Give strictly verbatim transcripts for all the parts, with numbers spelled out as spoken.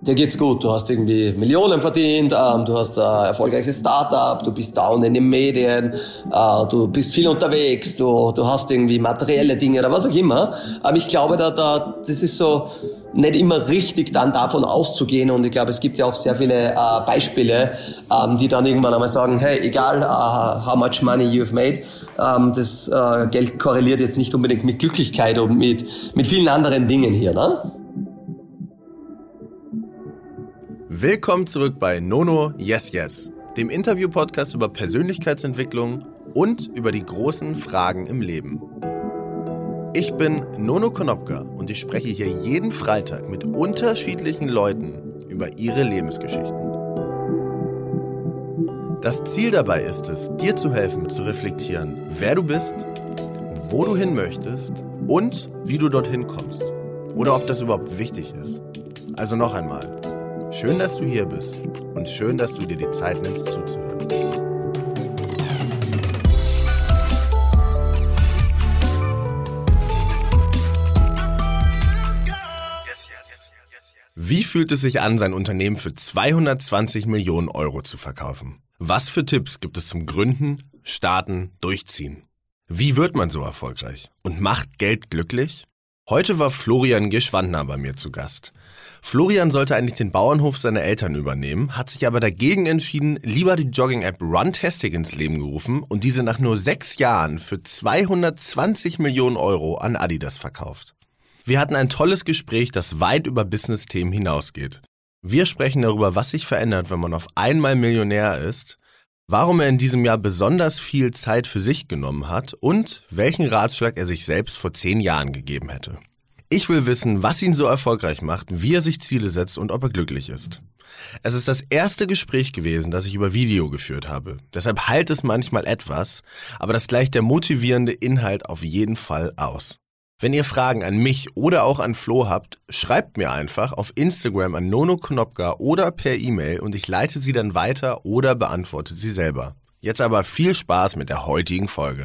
Dir geht's gut, du hast irgendwie Millionen verdient, ähm, du hast ein erfolgreiches Startup, du bist down in den Medien, äh, du bist viel unterwegs, du, du hast irgendwie materielle Dinge oder was auch immer. Aber ich glaube, da, da, das ist so nicht immer richtig, dann davon auszugehen. Und ich glaube, es gibt ja auch sehr viele äh, Beispiele, ähm, die dann irgendwann einmal sagen, hey, egal uh, how much money you've made, ähm, das äh, Geld korreliert jetzt nicht unbedingt mit Glücklichkeit und mit, mit vielen anderen Dingen hier, ne? Willkommen zurück bei Nono Yes Yes, dem Interview-Podcast über Persönlichkeitsentwicklung und über die großen Fragen im Leben. Ich bin Nono Konopka und ich spreche hier jeden Freitag mit unterschiedlichen Leuten über ihre Lebensgeschichten. Das Ziel dabei ist es, dir zu helfen, zu reflektieren, wer du bist, wo du hin möchtest und wie du dorthin kommst. Oder ob das überhaupt wichtig ist. Also noch einmal. Schön, dass du hier bist und schön, dass du dir die Zeit nimmst zuzuhören. Wie fühlt es sich an, sein Unternehmen für zweihundertzwanzig Millionen Euro zu verkaufen? Was für Tipps gibt es zum Gründen, Starten, Durchziehen? Wie wird man so erfolgreich? Und macht Geld glücklich? Heute war Florian Geschwandner bei mir zu Gast. Florian sollte eigentlich den Bauernhof seiner Eltern übernehmen, hat sich aber dagegen entschieden, lieber die Jogging-App Runtastic ins Leben gerufen und diese nach nur sechs Jahren für zweihundertzwanzig Millionen Euro an Adidas verkauft. Wir hatten ein tolles Gespräch, das weit über Business-Themen hinausgeht. Wir sprechen darüber, was sich verändert, wenn man auf einmal Millionär ist, warum er in diesem Jahr besonders viel Zeit für sich genommen hat und welchen Ratschlag er sich selbst vor zehn Jahren gegeben hätte. Ich will wissen, was ihn so erfolgreich macht, wie er sich Ziele setzt und ob er glücklich ist. Es ist das erste Gespräch gewesen, das ich über Video geführt habe. Deshalb halt es manchmal etwas, aber das gleicht der motivierende Inhalt auf jeden Fall aus. Wenn ihr Fragen an mich oder auch an Flo habt, schreibt mir einfach auf Instagram an Nono Konopka oder per E-Mail und ich leite sie dann weiter oder beantworte sie selber. Jetzt aber viel Spaß mit der heutigen Folge.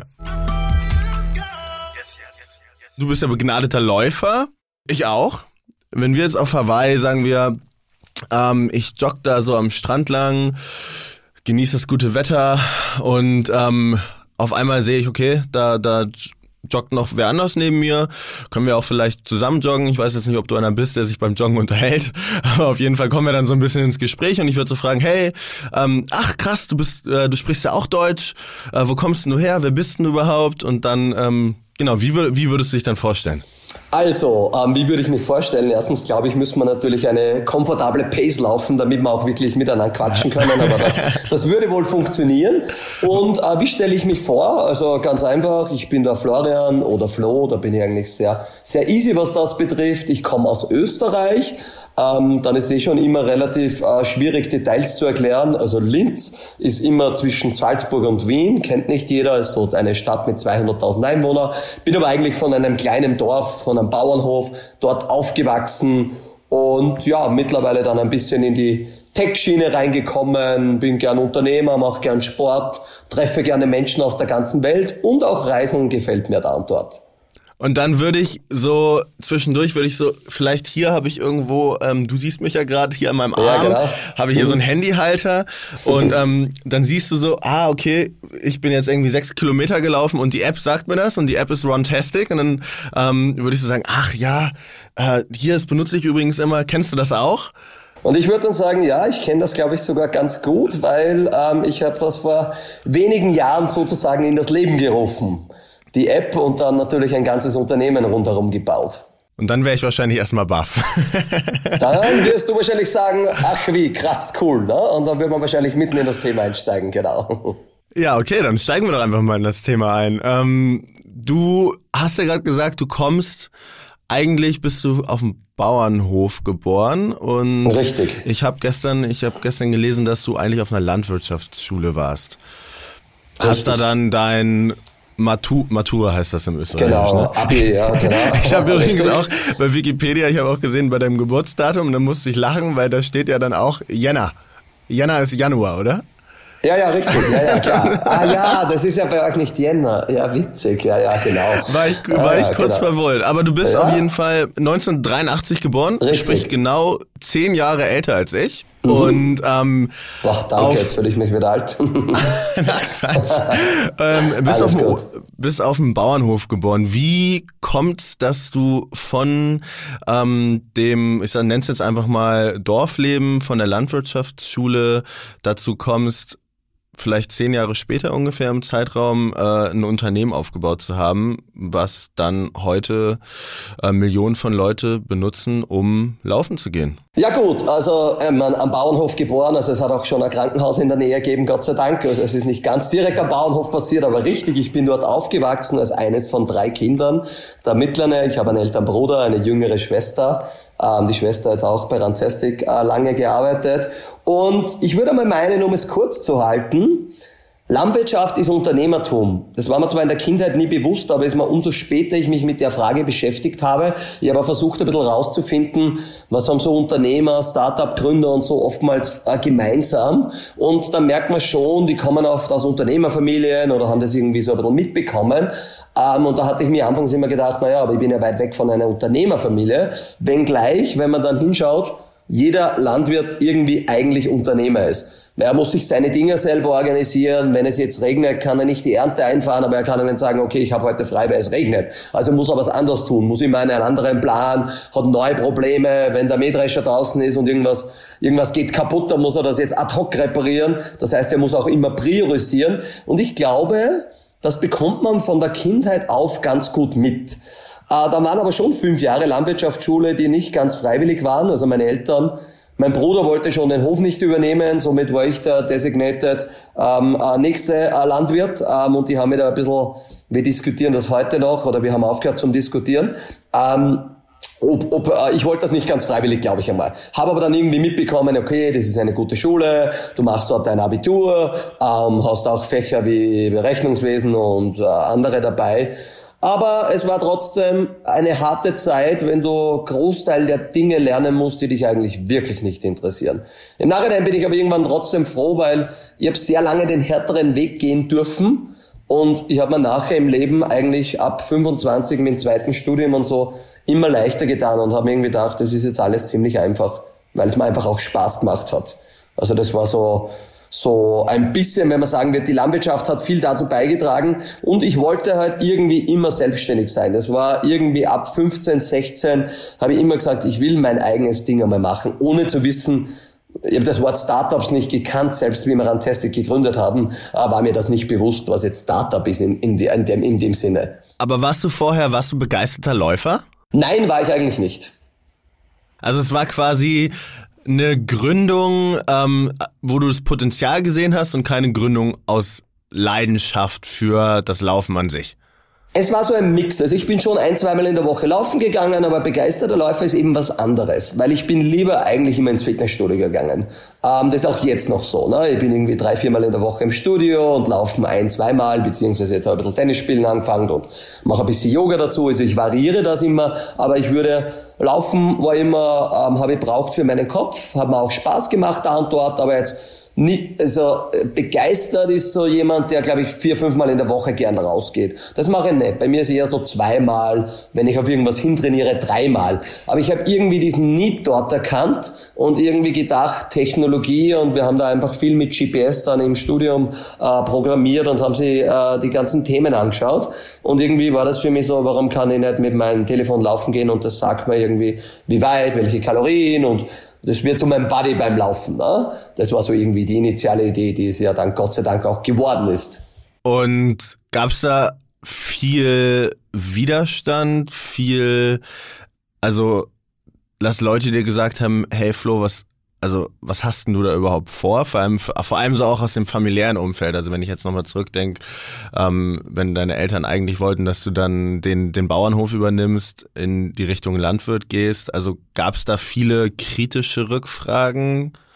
Du bist ja begnadeter Läufer, ich auch. Wenn wir jetzt auf Hawaii, sagen wir, ähm, ich jogge da so am Strand lang, genieße das gute Wetter und ähm, auf einmal sehe ich, okay, da, da joggt noch wer anders neben mir, können wir auch vielleicht zusammen joggen. Ich weiß jetzt nicht, ob du einer bist, der sich beim Joggen unterhält, aber auf jeden Fall kommen wir dann so ein bisschen ins Gespräch und ich würde so fragen, hey, ähm, ach krass, du bist, äh, du sprichst ja auch Deutsch, äh, wo kommst du her, wer bist du überhaupt? Und dann, ähm, genau, wie, wie würdest du dich dann vorstellen? Also, ähm, wie würde ich mich vorstellen? Erstens, glaube ich, müssen wir natürlich eine komfortable Pace laufen, damit wir auch wirklich miteinander quatschen können, aber das, das würde wohl funktionieren. Und äh, wie stelle ich mich vor? Also ganz einfach, ich bin der Florian oder Flo, da bin ich eigentlich sehr, sehr easy, was das betrifft. Ich komme aus Österreich. Ähm, dann ist eh schon immer relativ äh, schwierig, Details zu erklären. Also Linz ist immer zwischen Salzburg und Wien, kennt nicht jeder, ist so eine Stadt mit zweihunderttausend Einwohnern. Bin aber eigentlich von einem kleinen Dorf, von einem Bauernhof, dort aufgewachsen und ja, mittlerweile dann ein bisschen in die Tech-Schiene reingekommen, bin gern Unternehmer, mache gern Sport, treffe gerne Menschen aus der ganzen Welt und auch Reisen gefällt mir da und dort. Und dann würde ich so, zwischendurch würde ich so, vielleicht hier habe ich irgendwo, ähm, du siehst mich ja gerade hier an meinem Arm, ja, genau. habe ich hier so einen Handyhalter und ähm, dann siehst du so, ah, okay, ich bin jetzt irgendwie sechs Kilometer gelaufen und die App sagt mir das und die App ist Runtastic und dann ähm, würde ich so sagen, ach ja, äh, hier, das benutze ich übrigens immer, kennst du das auch? Und ich würde dann sagen, ja, ich kenne das, glaube ich, sogar ganz gut, weil ähm, ich habe das vor wenigen Jahren sozusagen in das Leben gerufen. Die App und dann natürlich ein ganzes Unternehmen rundherum gebaut. Und dann wäre ich wahrscheinlich erstmal baff. Dann wirst du wahrscheinlich sagen, ach wie, krass, cool, ne? Und dann wird man wahrscheinlich mitten in das Thema einsteigen, genau. Ja, okay, dann steigen wir doch einfach mal in das Thema ein. Ähm, du hast ja gerade gesagt, du kommst, eigentlich bist du auf dem Bauernhof geboren und richtig. Ich habe gestern, ich habe gestern gelesen, dass du eigentlich auf einer Landwirtschaftsschule warst. Richtig. Hast da dann dein Matu, Matura heißt das im Österreich. Genau, ne? Abi, ja, genau. Ich habe übrigens auch bei Wikipedia, ich habe auch gesehen, bei deinem Geburtsdatum, da musste ich lachen, weil da steht ja dann auch Jänner. Jänner ist Januar, oder? Ja, ja, richtig, ja, ja, klar. Ah ja, das ist ja bei euch nicht Jänner. Ja, witzig, ja, ja, genau. War ich, war ah, ich ja, kurz genau. verwirrt. Aber du bist ja. auf jeden Fall neunzehnhundertdreiundachtzig geboren, Richtig. sprich genau zehn Jahre älter als ich. Mhm. Und ähm, Boah, danke, auf, jetzt fühle ich mich wieder alt. Na, Quatsch. ähm, bist, auf dem, bist auf dem Bauernhof geboren. Wie kommt's, dass du von ähm, dem, ich nenne es jetzt einfach mal Dorfleben, von der Landwirtschaftsschule dazu kommst, vielleicht zehn Jahre später ungefähr im Zeitraum äh, ein Unternehmen aufgebaut zu haben, was dann heute äh, Millionen von Leute benutzen, um laufen zu gehen? Ja gut, also ähm, am Bauernhof geboren, also es hat auch schon ein Krankenhaus in der Nähe gegeben, Gott sei Dank. Also es ist nicht ganz direkt am Bauernhof passiert, aber richtig, ich bin dort aufgewachsen als eines von drei Kindern. Der mittlere, ich habe einen älteren Bruder, eine jüngere Schwester. Ähm, die Schwester hat jetzt auch bei Rantastic äh, lange gearbeitet. Und ich würde mal meinen, um es kurz zu halten, Landwirtschaft ist Unternehmertum. Das war mir zwar in der Kindheit nie bewusst, aber es ist mir umso später ich mich mit der Frage beschäftigt habe. Ich habe versucht, ein bisschen rauszufinden, was haben so Unternehmer, Start-up-Gründer und so oftmals äh, gemeinsam. Und dann merkt man schon, die kommen oft aus Unternehmerfamilien oder haben das irgendwie so ein bisschen mitbekommen. Ähm, und da hatte ich mir anfangs immer gedacht, naja, aber ich bin ja weit weg von einer Unternehmerfamilie. Wenngleich, wenn man dann hinschaut, jeder Landwirt irgendwie eigentlich Unternehmer ist. Er muss sich seine Dinge selber organisieren. Wenn es jetzt regnet, kann er nicht die Ernte einfahren, aber er kann dann sagen, okay, ich habe heute frei, weil es regnet. Also muss er was anderes tun, muss immer einen anderen Plan, hat neue Probleme. Wenn der Mähdrescher draußen ist und irgendwas irgendwas geht kaputt, dann muss er das jetzt ad hoc reparieren. Das heißt, er muss auch immer priorisieren. Und ich glaube, das bekommt man von der Kindheit auf ganz gut mit. Äh, da waren aber schon fünf Jahre Landwirtschaftsschule, die nicht ganz freiwillig waren. Also meine Eltern, mein Bruder wollte schon den Hof nicht übernehmen, somit war ich der designated ähm, äh, nächste äh, Landwirt. Ähm, und die haben mir da ein bisschen, wir diskutieren das heute noch, oder wir haben aufgehört zum Diskutieren. Ähm, Ob, ob, äh, ich wollte das nicht ganz freiwillig, glaube ich einmal. Habe aber dann irgendwie mitbekommen, okay, das ist eine gute Schule, du machst dort dein Abitur, ähm, hast auch Fächer wie Rechnungswesen und äh, andere dabei. Aber es war trotzdem eine harte Zeit, wenn du Großteil der Dinge lernen musst, die dich eigentlich wirklich nicht interessieren. Im Nachhinein bin ich aber irgendwann trotzdem froh, weil ich habe sehr lange den härteren Weg gehen dürfen. Und ich habe mir nachher im Leben eigentlich ab fünfundzwanzig mit dem zweiten Studium und so immer leichter getan und habe mir irgendwie gedacht, das ist jetzt alles ziemlich einfach, weil es mir einfach auch Spaß gemacht hat. Also das war so so ein bisschen, wenn man sagen wird, die Landwirtschaft hat viel dazu beigetragen und ich wollte halt irgendwie immer selbstständig sein. Das war irgendwie ab fünfzehn, sechzehn habe ich immer gesagt, ich will mein eigenes Ding einmal machen, ohne zu wissen, ich habe das Wort Startups nicht gekannt, selbst wie wir Rantastic gegründet haben, war mir das nicht bewusst, was jetzt Startup ist in, in, in, dem, in dem Sinne. Aber warst du vorher, warst du begeisterter Läufer? Nein, war ich eigentlich nicht. Also es war quasi eine Gründung, ähm, wo du das Potenzial gesehen hast und keine Gründung aus Leidenschaft für das Laufen an sich. Es war so ein Mix. Also ich bin schon ein-, zweimal in der Woche laufen gegangen, aber begeisterter Läufer ist eben was anderes, weil ich bin lieber eigentlich immer ins Fitnessstudio gegangen. Ähm, das ist auch jetzt noch so. Ne? Ich bin irgendwie drei-, viermal in der Woche im Studio und laufen ein-, zweimal, beziehungsweise jetzt habe ich ein bisschen Tennis spielen angefangen und mache ein bisschen Yoga dazu. Also ich variiere das immer, aber ich würde, Laufen war immer, ähm, habe ich braucht für meinen Kopf, hat mir auch Spaß gemacht da und dort, aber jetzt nicht, also begeistert ist so jemand, der, glaube ich, vier, fünfmal in der Woche gern rausgeht. Das mache ich nicht. Bei mir ist eher so zweimal, wenn ich auf irgendwas hintrainiere, dreimal. Aber ich habe irgendwie diesen Need dort erkannt und irgendwie gedacht, Technologie, und wir haben da einfach viel mit G P S dann im Studium äh, programmiert und haben sie äh, die ganzen Themen angeschaut. Und irgendwie war das für mich so, warum kann ich nicht mit meinem Telefon laufen gehen und das sagt mir irgendwie, wie weit, welche Kalorien, und das wird so mein Buddy beim Laufen. Ne? Das war so irgendwie die initiale Idee, die es ja dann Gott sei Dank auch geworden ist. Und gab's da viel Widerstand, viel, also, dass Leute dir gesagt haben, hey Flo, was, also, was hast denn du da überhaupt vor? Vor allem, vor allem so auch aus dem familiären Umfeld. Also, wenn ich jetzt nochmal zurückdenke, ähm, wenn deine Eltern eigentlich wollten, dass du dann den, den Bauernhof übernimmst, in die Richtung Landwirt gehst. Also, gab's da viele kritische Rückfragen?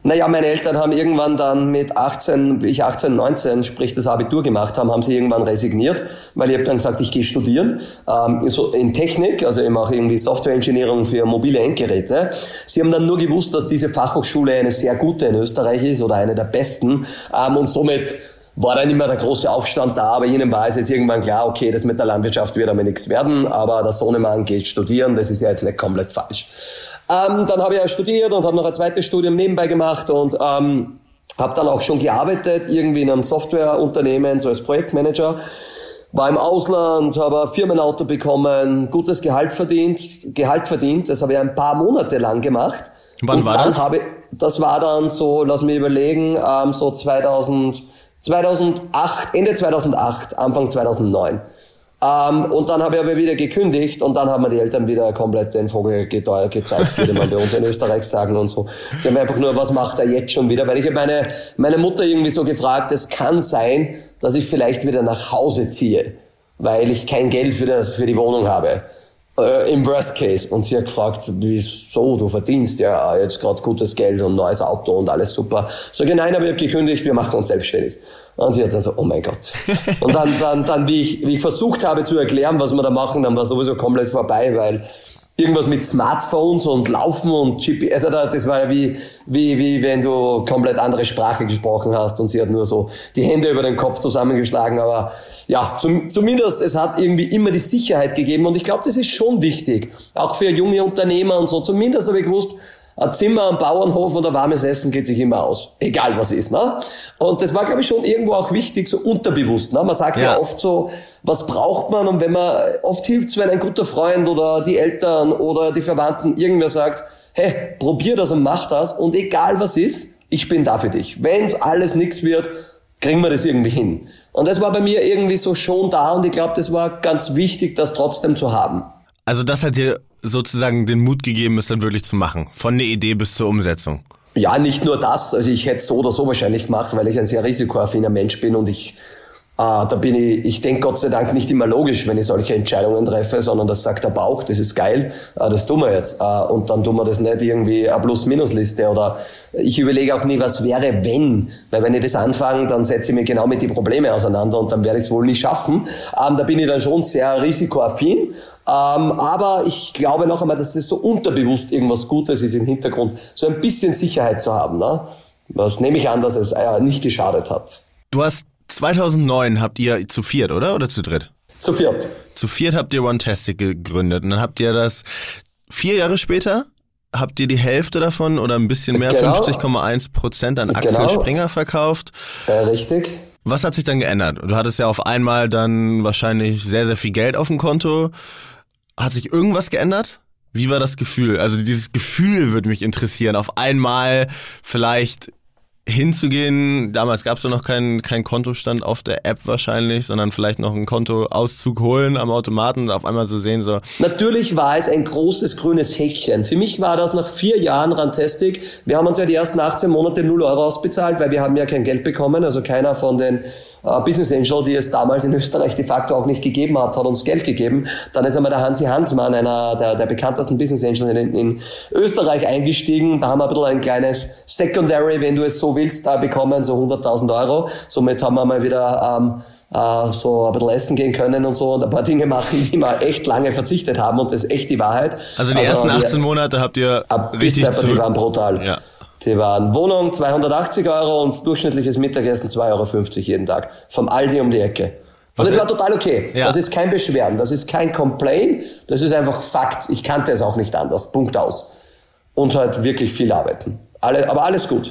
Naja, meine Eltern haben irgendwann dann mit achtzehn, wie ich achtzehn, neunzehn, sprich das Abitur gemacht haben, haben sie irgendwann resigniert, weil ich habe dann gesagt, ich gehe studieren, ähm, so in Technik, also eben auch irgendwie Software-Engineering für mobile Endgeräte. Sie haben dann nur gewusst, dass diese Fachhochschule eine sehr gute in Österreich ist oder eine der besten, ähm, und somit war dann immer der große Aufstand da, aber ihnen war es jetzt irgendwann klar, okay, das mit der Landwirtschaft wird aber nichts werden, aber der Sohnemann geht studieren, das ist ja jetzt nicht komplett falsch. Ähm, dann habe ich ja studiert und habe noch ein zweites Studium nebenbei gemacht und ähm, habe dann auch schon gearbeitet, irgendwie in einem Softwareunternehmen, so als Projektmanager. War im Ausland, habe ein Firmenauto bekommen, gutes Gehalt verdient, Gehalt verdient, das habe ich ein paar Monate lang gemacht. Wann und war dann das? Habe ich, das war dann so, lass mich überlegen, ähm, so zweitausend, zweitausendacht, Ende zweitausendacht, Anfang zweitausendneun. Ähm, und dann habe ich aber wieder gekündigt und dann haben mir die Eltern wieder komplett den Vogel geteuert gezeigt, würde man bei uns in Österreich sagen und so. Sie haben einfach nur, was macht er jetzt schon wieder? Weil ich habe meine, meine Mutter irgendwie so gefragt, es kann sein, dass ich vielleicht wieder nach Hause ziehe, weil ich kein Geld für das, für die Wohnung habe. Äh, im Worst Case. Und sie hat gefragt, wieso, du verdienst ja jetzt gerade gutes Geld und neues Auto und alles super. Sag ich, nein, aber ich habe gekündigt, wir machen uns selbstständig. Und sie hat dann so, oh mein Gott. Und dann, dann, dann, wie ich, wie ich versucht habe zu erklären, was wir da machen, dann war sowieso komplett vorbei, weil irgendwas mit Smartphones und Laufen und G P S, also das war ja wie, wie, wie wenn du komplett andere Sprache gesprochen hast und sie hat nur so die Hände über den Kopf zusammengeschlagen, aber ja, zum, zumindest es hat irgendwie immer die Sicherheit gegeben und ich glaube, das ist schon wichtig, auch für junge Unternehmer und so, zumindest habe ich gewusst, ein Zimmer am Bauernhof oder warmes Essen geht sich immer aus. Egal was ist, ne? Und das war, glaube ich, schon irgendwo auch wichtig, so unterbewusst, ne? Man sagt ja. ja oft so, was braucht man? Und wenn man, oft hilft's, wenn ein guter Freund oder die Eltern oder die Verwandten irgendwer sagt, hey, probier das und mach das und egal was ist, ich bin da für dich. Wenn's alles nix wird, kriegen wir das irgendwie hin. Und das war bei mir irgendwie so schon da und ich glaube, das war ganz wichtig, das trotzdem zu haben. Also das hat dir sozusagen den Mut gegeben, es dann wirklich zu machen. Von der Idee bis zur Umsetzung. Ja, nicht nur das. Also ich hätte es so oder so wahrscheinlich gemacht, weil ich ein sehr risikoaffiner Mensch bin und ich äh, da bin ich, ich denke Gott sei Dank nicht immer logisch, wenn ich solche Entscheidungen treffe, sondern das sagt der Bauch, das ist geil, äh, das tun wir jetzt. Äh, und dann tun wir das nicht irgendwie eine Plus-Minus-Liste oder ich überlege auch nie, was wäre, wenn. Weil wenn ich das anfange, dann setze ich mich genau mit den Problemen auseinander und dann werde ich es wohl nicht schaffen. Ähm, da bin ich dann schon sehr risikoaffin. Ähm, aber ich glaube noch einmal, dass das so unterbewusst irgendwas Gutes ist im Hintergrund, so ein bisschen Sicherheit zu haben. Ne? Das nehme ich an, dass es äh, nicht geschadet hat. Du hast zweitausendneun habt ihr zu viert, oder? Oder zu dritt? Zu viert. Zu viert habt ihr Runtastic gegründet und dann habt ihr das vier Jahre später, habt ihr die Hälfte davon oder ein bisschen mehr, genau. fünfzig Komma eins Prozent an Axel genau. Springer verkauft. Äh, richtig. Was hat sich dann geändert? Du hattest ja auf einmal dann wahrscheinlich sehr, sehr viel Geld auf dem Konto. Hat sich irgendwas geändert? Wie war das Gefühl? Also dieses Gefühl würde mich interessieren. Auf einmal vielleicht hinzugehen, damals gab es ja noch keinen kein Kontostand auf der App wahrscheinlich, sondern vielleicht noch einen Kontoauszug holen am Automaten und auf einmal so sehen, so. Natürlich war es ein großes grünes Häkchen. Für mich war das nach vier Jahren Runtastic. Wir haben uns ja die ersten achtzehn Monate null Euro ausbezahlt, weil wir haben ja kein Geld bekommen, also keiner von den Uh, Business Angel, die es damals in Österreich de facto auch nicht gegeben hat, hat uns Geld gegeben. Dann ist einmal der Hansi Hansmann, einer der, der bekanntesten Business Angel in, in Österreich eingestiegen. Da haben wir ein bisschen ein kleines Secondary, wenn du es so willst, da bekommen, so hunderttausend Euro. Somit haben wir mal wieder ähm, äh, so ein bisschen essen gehen können und so und ein paar Dinge machen, die wir echt lange verzichtet haben und das ist echt die Wahrheit. Also die also ersten achtzehn die, Monate habt ihr richtig zurück... Die waren brutal. Ja. Die waren Wohnung zweihundertachtzig Euro und durchschnittliches Mittagessen zwei Euro fünfzig jeden Tag. Vom Aldi um die Ecke. Und das war total okay. Ja. Das ist kein Beschweren, das ist kein Complain, das ist einfach Fakt. Ich kannte es auch nicht anders. Punkt aus. Und halt wirklich viel arbeiten. Alle, aber alles gut.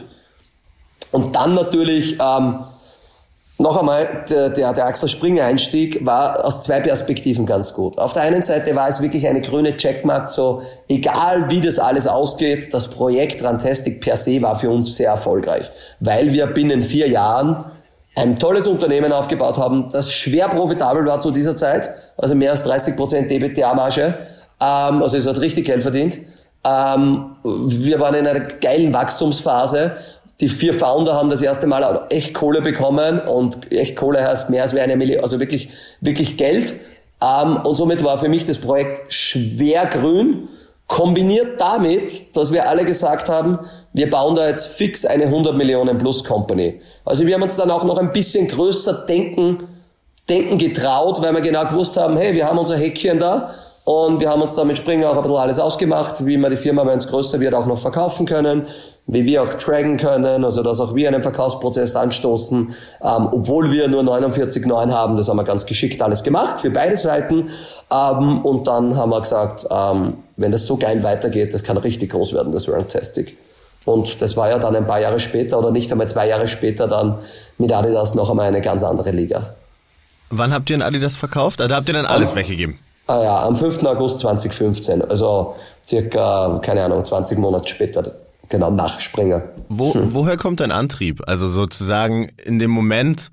Und dann natürlich, ähm, noch einmal, der, der, der Axel Springer Einstieg war aus zwei Perspektiven ganz gut. Auf der einen Seite war es wirklich eine grüne Checkmark, so egal wie das alles ausgeht, das Projekt Runtastic per se war für uns sehr erfolgreich, weil wir binnen vier Jahren ein tolles Unternehmen aufgebaut haben, das schwer profitabel war zu dieser Zeit, also mehr als dreißig Prozent E B T A-Marge, ähm, also es hat richtig Geld verdient. Ähm, wir waren in einer geilen Wachstumsphase. Die vier Founder haben das erste Mal echt Kohle bekommen und echt Kohle heißt mehr als wie eine Million, also wirklich, wirklich Geld. Ähm, und somit war für mich das Projekt schwer grün. Kombiniert damit, dass wir alle gesagt haben, wir bauen da jetzt fix eine hundert Millionen plus Company. Also wir haben uns dann auch noch ein bisschen größer denken, denken getraut, weil wir genau gewusst haben, hey, wir haben unser Häkchen da und wir haben uns da mit Springer auch ein bisschen alles ausgemacht, wie wir die Firma, wenn es größer wird, auch noch verkaufen können, wie wir auch tracken können, also dass auch wir einen Verkaufsprozess anstoßen, ähm, obwohl wir nur neunundvierzig Komma neun haben, das haben wir ganz geschickt alles gemacht, für beide Seiten, ähm, und dann haben wir gesagt, ähm, wenn das so geil weitergeht, das kann richtig groß werden, das Runtastic. Und das war ja dann ein paar Jahre später oder nicht einmal zwei Jahre später dann mit Adidas noch einmal eine ganz andere Liga. Wann habt ihr in Adidas verkauft? Da habt ihr dann alles um, weggegeben? Ah ja, am fünften August zweitausendfünfzehn, also circa, keine Ahnung, zwanzig Monate später. Genau, nach Springer. Wo, hm. Woher kommt dein Antrieb? Also sozusagen in dem Moment,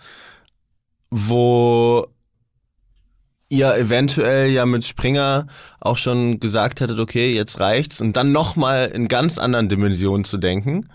wo ihr eventuell ja mit Springer auch schon gesagt hättet, okay, jetzt reicht's, und dann nochmal in ganz anderen Dimensionen zu denken,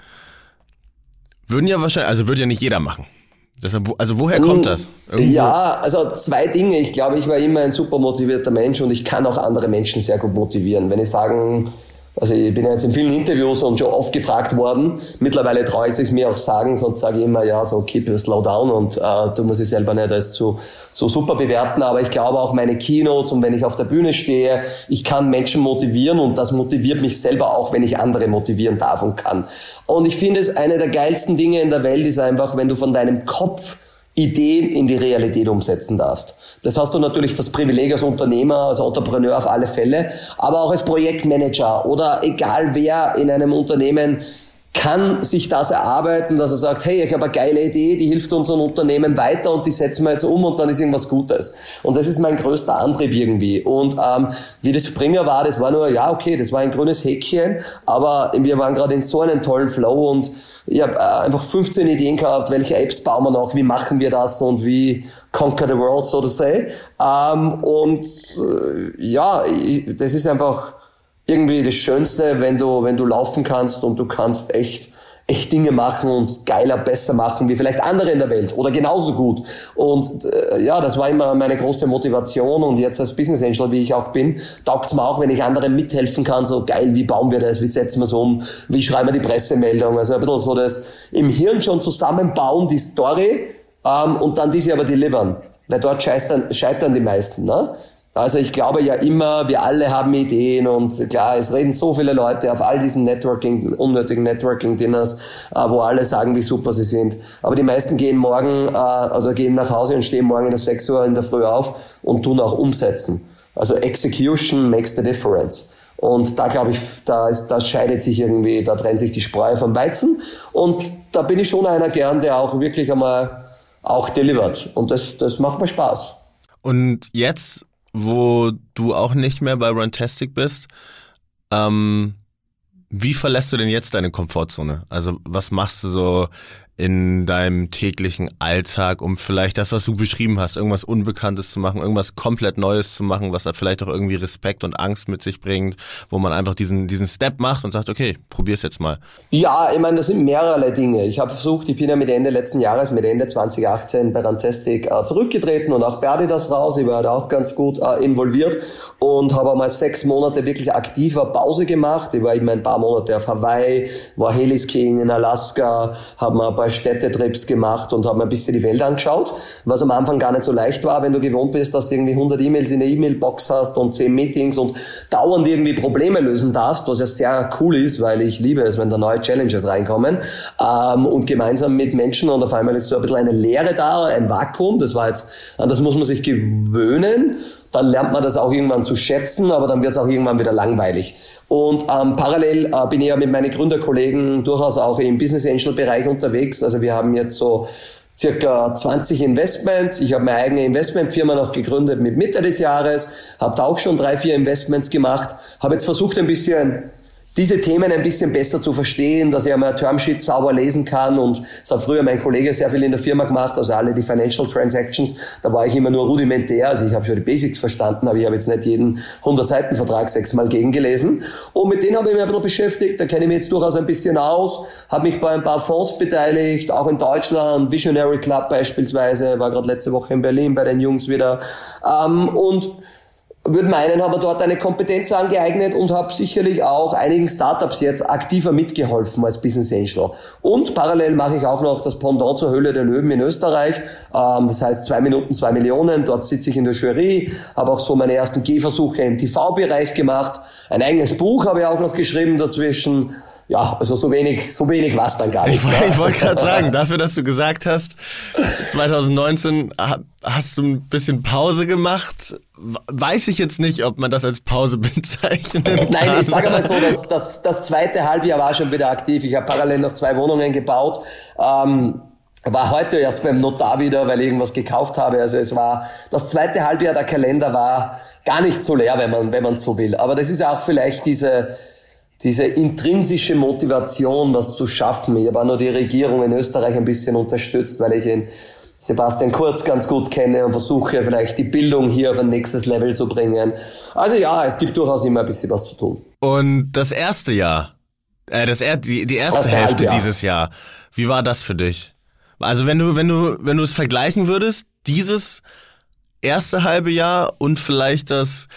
würden ja wahrscheinlich, also würde ja nicht jeder machen. Deshalb, also woher kommt das? Irgendwo? Ja, also zwei Dinge. Ich glaube, ich war immer ein super motivierter Mensch und ich kann auch andere Menschen sehr gut motivieren. Wenn ich sagen... Also ich bin ja jetzt in vielen Interviews und schon oft gefragt worden. Mittlerweile traue ich es mir auch sagen, sonst sage ich immer, ja, so keep it slow down und äh, du musst es selber nicht als zu, zu super bewerten. Aber ich glaube auch meine Keynotes und wenn ich auf der Bühne stehe, ich kann Menschen motivieren und das motiviert mich selber auch, wenn ich andere motivieren darf und kann. Und ich finde es eine der geilsten Dinge in der Welt ist einfach, wenn du von deinem Kopf Ideen in die Realität umsetzen darfst. Das hast du natürlich das Privileg als Unternehmer, als Entrepreneur auf alle Fälle, aber auch als Projektmanager oder egal wer in einem Unternehmen kann sich das erarbeiten, dass er sagt, hey, ich habe eine geile Idee, die hilft unserem Unternehmen weiter und die setzen wir jetzt um und dann ist irgendwas Gutes. Und das ist mein größter Antrieb irgendwie. Und ähm, wie das Springer war, das war nur, ja okay, das war ein grünes Häkchen, aber wir waren gerade in so einem tollen Flow und ich habe äh, einfach fünfzehn Ideen gehabt, welche Apps bauen wir noch, wie machen wir das und wie conquer the world, so to say. Ähm, und äh, ja, ich, das ist einfach irgendwie das Schönste, wenn du, wenn du laufen kannst und du kannst echt, echt Dinge machen und geiler, besser machen, wie vielleicht andere in der Welt oder genauso gut. Und äh, ja, das war immer meine große Motivation und jetzt als Business Angel, wie ich auch bin, taugt's mir auch, wenn ich anderen mithelfen kann, so geil, wie bauen wir das, wie setzen wir es um, wie schreiben wir die Pressemeldung, also ein bisschen so das im Hirn schon zusammenbauen, die Story, ähm, und dann diese aber delivern, weil dort scheitern, scheitern die meisten, ne? Also ich glaube ja immer, wir alle haben Ideen und klar, es reden so viele Leute auf all diesen Networking, unnötigen Networking-Dinners, äh, wo alle sagen, wie super sie sind. Aber die meisten gehen morgen, äh, oder gehen nach Hause und stehen morgen um sechs Uhr in der Früh auf und tun auch umsetzen. Also Execution makes the difference. Und da glaube ich, da ist, da scheidet sich irgendwie, da trennt sich die Spreu vom Weizen. Und da bin ich schon einer gern, der auch wirklich einmal auch delivert. Und das, das macht mir Spaß. Und jetzt, wo du auch nicht mehr bei Runtastic bist, ähm, wie verlässt du denn jetzt deine Komfortzone? Also was machst du so in deinem täglichen Alltag, um vielleicht das, was du beschrieben hast, irgendwas Unbekanntes zu machen, irgendwas komplett Neues zu machen, was da vielleicht auch irgendwie Respekt und Angst mit sich bringt, wo man einfach diesen diesen Step macht und sagt, okay, probier's jetzt mal. Ja, ich meine, das sind mehrere Dinge. Ich habe versucht, ich bin ja mit Ende letzten Jahres, mit Ende zwanzig achtzehn bei Runtastic äh, zurückgetreten und auch bei Adidas raus. Ich war da auch ganz gut äh, involviert und habe einmal sechs Monate wirklich aktiver Pause gemacht. Ich war eben ein paar Monate auf Hawaii, war Heliskiing in Alaska, habe mal ein paar Städtetrips gemacht und habe mir ein bisschen die Welt angeschaut, was am Anfang gar nicht so leicht war, wenn du gewohnt bist, dass du irgendwie hundert E-Mails in der E-Mail-Box hast und zehn Meetings und dauernd irgendwie Probleme lösen darfst, was ja sehr cool ist, weil ich liebe es, wenn da neue Challenges reinkommen, ähm, und gemeinsam mit Menschen, und auf einmal ist so ein bisschen eine Leere da, ein Vakuum, das war jetzt, an das muss man sich gewöhnen. Dann lernt man das auch irgendwann zu schätzen, aber dann wird es auch irgendwann wieder langweilig. Und ähm, parallel äh, bin ich ja mit meinen Gründerkollegen durchaus auch im Business Angel Bereich unterwegs. Also wir haben jetzt so circa zwanzig Investments. Ich habe meine eigene Investmentfirma noch gegründet mit Mitte des Jahres, habe da auch schon drei, vier Investments gemacht, habe jetzt versucht ein bisschen diese Themen ein bisschen besser zu verstehen, dass ich einmal Termsheet sauber lesen kann, und das hat früher mein Kollege sehr viel in der Firma gemacht, also alle die Financial Transactions, da war ich immer nur rudimentär, also ich habe schon die Basics verstanden, aber ich habe jetzt nicht jeden hundert-Seiten-Vertrag sechsmal gegengelesen, und mit denen habe ich mich ein bisschen beschäftigt, da kenne ich mich jetzt durchaus ein bisschen aus, habe mich bei ein paar Fonds beteiligt, auch in Deutschland, Visionary Club beispielsweise, war gerade letzte Woche in Berlin bei den Jungs wieder, ähm, und würde meinen, habe mir dort eine Kompetenz angeeignet und habe sicherlich auch einigen Startups jetzt aktiver mitgeholfen als Business Angel. Und parallel mache ich auch noch das Pendant zur Höhle der Löwen in Österreich. Ähm, das heißt zwei Minuten, zwei Millionen. Dort sitze ich in der Jury, habe auch so meine ersten Gehversuche im T V-Bereich gemacht. Ein eigenes Buch habe ich auch noch geschrieben dazwischen. Ja, also so wenig, so wenig war es dann gar nicht. Ich, ich wollte gerade sagen, dafür, dass du gesagt hast, zwanzig neunzehn hast du ein bisschen Pause gemacht. Weiß ich jetzt nicht, ob man das als Pause bezeichnen kann. Nein, ich sage mal so, dass das, das zweite Halbjahr war schon wieder aktiv. Ich habe parallel noch zwei Wohnungen gebaut. Ähm, war heute erst beim Notar wieder, weil ich irgendwas gekauft habe. Also es war, das zweite Halbjahr, der Kalender war gar nicht so leer, wenn man, wenn man so will. Aber das ist auch vielleicht diese, diese intrinsische Motivation, was zu schaffen. Ich habe auch nur die Regierung in Österreich ein bisschen unterstützt, weil ich ihn Sebastian Kurz ganz gut kenne und versuche vielleicht die Bildung hier auf ein nächstes Level zu bringen. Also ja, es gibt durchaus immer ein bisschen was zu tun. Und das erste Jahr, äh, das er, die, die erste das Hälfte Halbjahr. dieses Jahr, wie war das für dich? Also wenn du, wenn du, wenn du es vergleichen würdest, dieses erste halbe Jahr und vielleicht das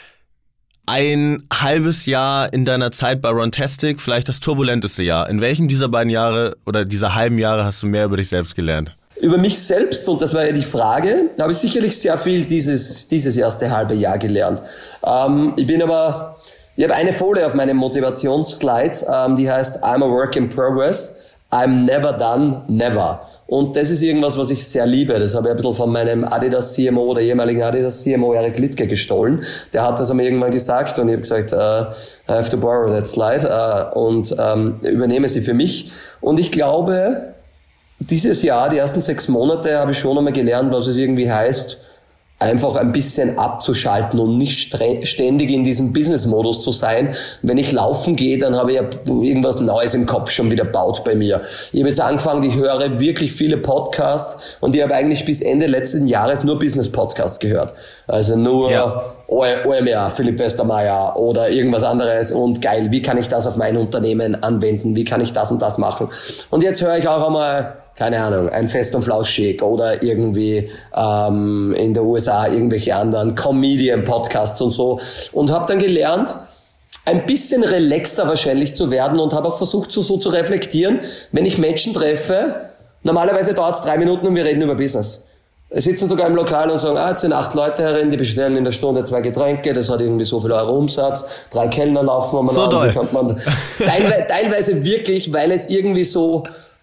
ein halbes Jahr in deiner Zeit bei Runtastic, vielleicht das turbulenteste Jahr. In welchem dieser beiden Jahre oder dieser halben Jahre hast du mehr über dich selbst gelernt? Über mich selbst, und das war ja die Frage, habe ich sicherlich sehr viel dieses dieses erste halbe Jahr gelernt. Ähm, ich bin aber, ich habe eine Folie auf meinen Motivationsslides, ähm, die heißt I'm a work in progress, I'm never done, never. Und das ist irgendwas, was ich sehr liebe. Das habe ich ein bisschen von meinem Adidas C M O oder ehemaligen Adidas C M O Eric Liedtke gestohlen. Der hat das einmal irgendwann gesagt und ich habe gesagt, uh, I have to borrow that slide uh, und um, übernehme sie für mich. Und ich glaube, dieses Jahr, die ersten sechs Monate, habe ich schon einmal gelernt, was es irgendwie heißt, einfach ein bisschen abzuschalten und nicht ständig in diesem Business-Modus zu sein. Wenn ich laufen gehe, dann habe ich ja irgendwas Neues im Kopf schon wieder baut bei mir. Ich habe jetzt angefangen, ich höre wirklich viele Podcasts und ich habe eigentlich bis Ende letzten Jahres nur Business-Podcasts gehört. Also nur ja. O M R, Philipp Westermeier oder irgendwas anderes und geil, wie kann ich das auf mein Unternehmen anwenden? Wie kann ich das und das machen? Und jetzt höre ich auch einmal, keine Ahnung, ein Fest und Flauschig oder irgendwie ähm, in der U S A irgendwelche anderen Comedian-Podcasts und so und habe dann gelernt, ein bisschen relaxter wahrscheinlich zu werden und habe auch versucht, so, so zu reflektieren, wenn ich Menschen treffe, normalerweise dauert es drei Minuten und wir reden über Business. Wir sitzen sogar im Lokal und sagen, ah, jetzt sind acht Leute herin, die bestellen in der Stunde zwei Getränke, das hat irgendwie so viel Euro Umsatz, drei Kellner laufen um so an, man teilweise, teilweise wirklich, weil es irgendwie so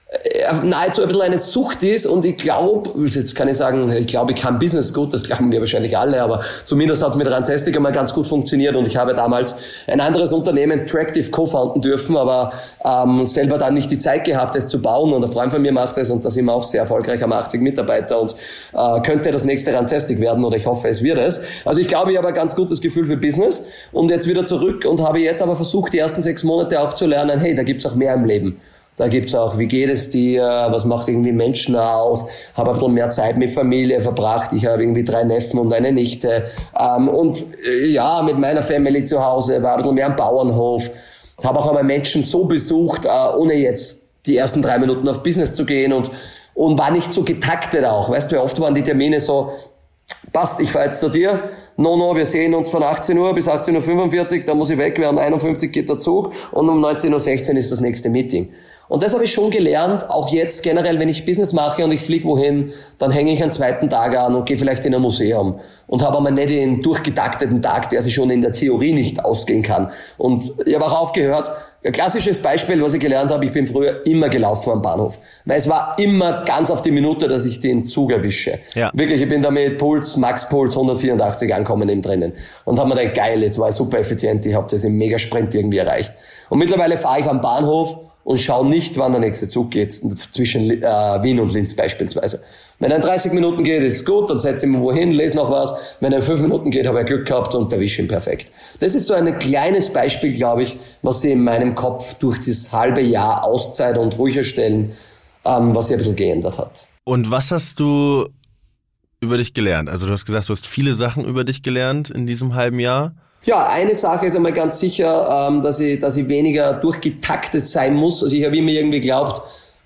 nahezu ein bisschen eine Sucht ist und ich glaube, jetzt kann ich sagen, ich glaube, ich kann Business gut, das glauben wir wahrscheinlich alle, aber zumindest hat es mit Runtastic einmal ganz gut funktioniert und ich habe damals ein anderes Unternehmen, Tractive, co-founden dürfen, aber ähm, selber dann nicht die Zeit gehabt, es zu bauen und ein Freund von mir macht es und da sind wir auch sehr erfolgreich, haben achtzig Mitarbeiter und äh, könnte das nächste Runtastic werden oder ich hoffe, es wird es. Also ich glaube, ich habe ein ganz gutes Gefühl für Business und jetzt wieder zurück und habe jetzt aber versucht, die ersten sechs Monate auch zu lernen, hey, da gibt's auch mehr im Leben. Da gibt's auch, wie geht es dir, was macht irgendwie Menschen aus, habe ein bisschen mehr Zeit mit Familie verbracht, ich habe irgendwie drei Neffen und eine Nichte ähm, und äh, ja, mit meiner Family zu Hause, war ein bisschen mehr am Bauernhof, habe auch einmal Menschen so besucht, äh, ohne jetzt die ersten drei Minuten auf Business zu gehen und und war nicht so getaktet auch, weißt du, oft waren die Termine so, passt, ich fahr jetzt zu dir, no, no, wir sehen uns von achtzehn Uhr bis achtzehn Uhr fünfundvierzig, da muss ich weg, wir haben einundfünfzig geht der Zug und um neunzehn Uhr sechzehn ist das nächste Meeting. Und das habe ich schon gelernt, auch jetzt generell, wenn ich Business mache und ich fliege wohin, dann hänge ich einen zweiten Tag an und gehe vielleicht in ein Museum und habe aber nicht den durchgetakteten Tag, der sich schon in der Theorie nicht ausgehen kann. Und ich habe auch aufgehört, ein klassisches Beispiel, was ich gelernt habe, ich bin früher immer gelaufen am Bahnhof. Weil es war immer ganz auf die Minute, dass ich den Zug erwische. Ja. Wirklich, ich bin da mit Puls, Max-Puls hundertvierundachtzig angekommen im drinnen. Und habe mir gedacht, geil, jetzt war ich super effizient, ich habe das im Megasprint irgendwie erreicht. Und mittlerweile fahre ich am Bahnhof und schaue nicht, wann der nächste Zug geht, zwischen äh, Wien und Linz beispielsweise. Wenn er in dreißig Minuten geht, ist gut, dann setze ich mich wohin, lese noch was. Wenn er in fünf Minuten geht, habe ich Glück gehabt und erwische ihn perfekt. Das ist so ein kleines Beispiel, glaube ich, was sich in meinem Kopf durch das halbe Jahr Auszeit und ruhiger stellen, ähm, was sich ein bisschen geändert hat. Und was hast du über dich gelernt? Also du hast gesagt, du hast viele Sachen über dich gelernt in diesem halben Jahr. Ja, eine Sache ist einmal ganz sicher, ähm, dass ich, dass ich weniger durchgetaktet sein muss. Also ich habe immer irgendwie geglaubt,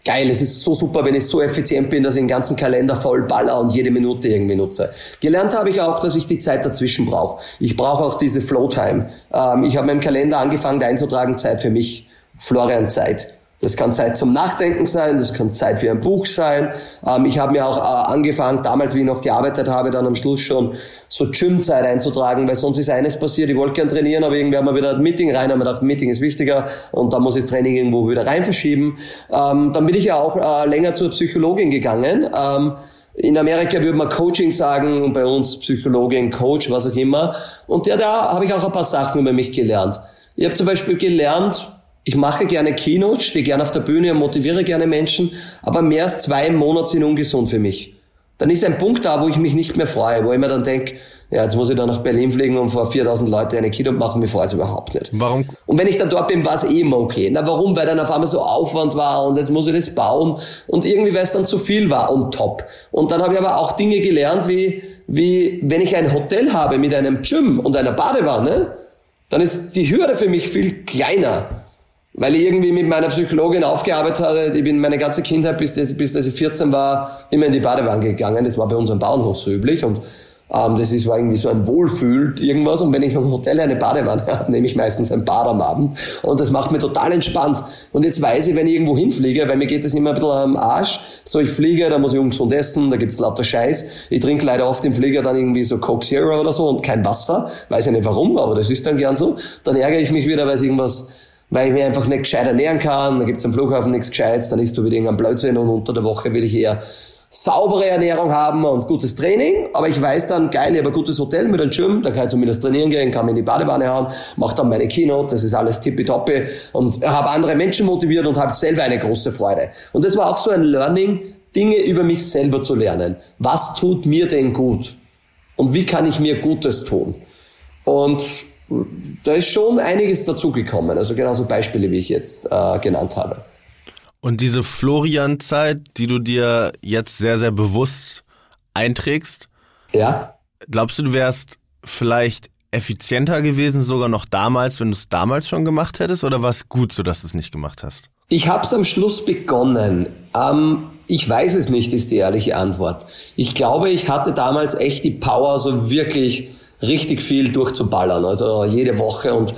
geil, es ist so super, wenn ich so effizient bin, dass ich den ganzen Kalender voll baller und jede Minute irgendwie nutze. Gelernt habe ich auch, dass ich die Zeit dazwischen brauche. Ich brauche auch diese Flow-Time. Ähm, ich habe meinen Kalender angefangen einzutragen, Zeit für mich, Florian Zeit. Das kann Zeit zum Nachdenken sein, das kann Zeit für ein Buch sein. Ähm, ich habe mir auch äh, angefangen, damals, wie ich noch gearbeitet habe, dann am Schluss schon so Gymzeit einzutragen, weil sonst ist eines passiert, ich wollte gern trainieren, aber irgendwie haben wir wieder ein Meeting rein, haben wir gedacht, Meeting ist wichtiger und da muss ich das Training irgendwo wieder rein verschieben. Ähm, dann bin ich ja auch äh, länger zur Psychologin gegangen. Ähm, In Amerika würde man Coaching sagen und bei uns Psychologin, Coach, was auch immer. Und der, da habe ich auch ein paar Sachen über mich gelernt. Ich habe zum Beispiel gelernt, ich mache gerne Keynote, stehe gerne auf der Bühne und motiviere gerne Menschen, aber mehr als zwei im Monat sind ungesund für mich. Dann ist ein Punkt da, wo ich mich nicht mehr freue, wo ich mir dann denke, ja, jetzt muss ich da nach Berlin fliegen und vor viertausend Leute eine Keynote machen, mir freut es überhaupt nicht. Warum? Und wenn ich dann dort bin, war es eh immer okay. Na, warum? Weil dann auf einmal so Aufwand war und jetzt muss ich das bauen und irgendwie, weil es dann zu viel war und top. Und dann habe ich aber auch Dinge gelernt, wie, wie, wenn ich ein Hotel habe mit einem Gym und einer Badewanne, dann ist die Hürde für mich viel kleiner. Weil ich irgendwie mit meiner Psychologin aufgearbeitet hatte, ich bin meine ganze Kindheit, bis, das, bis dass ich vierzehn war, immer in die Badewanne gegangen. Das war bei uns am Bauernhof so üblich und ähm, das ist, war irgendwie so ein Wohlfühl irgendwas. Und wenn ich im Hotel eine Badewanne habe, nehme ich meistens ein Bad am Abend und das macht mir total entspannt. Und jetzt weiß ich, wenn ich irgendwo hinfliege, weil mir geht das immer ein bisschen am Arsch, so ich fliege, da muss ich ungesund essen, da gibt's lauter Scheiß. Ich trinke leider oft im Flieger dann irgendwie so Coke Zero oder so und kein Wasser. Weiß ich nicht warum, aber das ist dann gern so. Dann ärgere ich mich wieder, weil es irgendwas... weil ich mich einfach nicht gescheit ernähren kann, dann gibt's am Flughafen nichts Gescheites, dann isst du wieder irgendein Blödsinn und unter der Woche will ich eher saubere Ernährung haben und gutes Training, aber ich weiß dann, geil, ich habe ein gutes Hotel mit einem Gym, da kann ich zumindest trainieren gehen, kann mich in die Badewanne hauen, mache dann meine Keynote, das ist alles tippitoppi und habe andere Menschen motiviert und habe selber eine große Freude. Und das war auch so ein Learning, Dinge über mich selber zu lernen. Was tut mir denn gut? Und wie kann ich mir Gutes tun? Und da ist schon einiges dazugekommen, also genauso Beispiele, wie ich jetzt äh, genannt habe. Und diese Florian-Zeit, die du dir jetzt sehr, sehr bewusst einträgst, ja? Glaubst du, du wärst vielleicht effizienter gewesen, sogar noch damals, wenn du es damals schon gemacht hättest, oder war es gut, so dass du es nicht gemacht hast? Ich habe es am Schluss begonnen. Ähm, ich weiß es nicht, ist die ehrliche Antwort. Ich glaube, ich hatte damals echt die Power, so wirklich richtig viel durchzuballern, also jede Woche. Und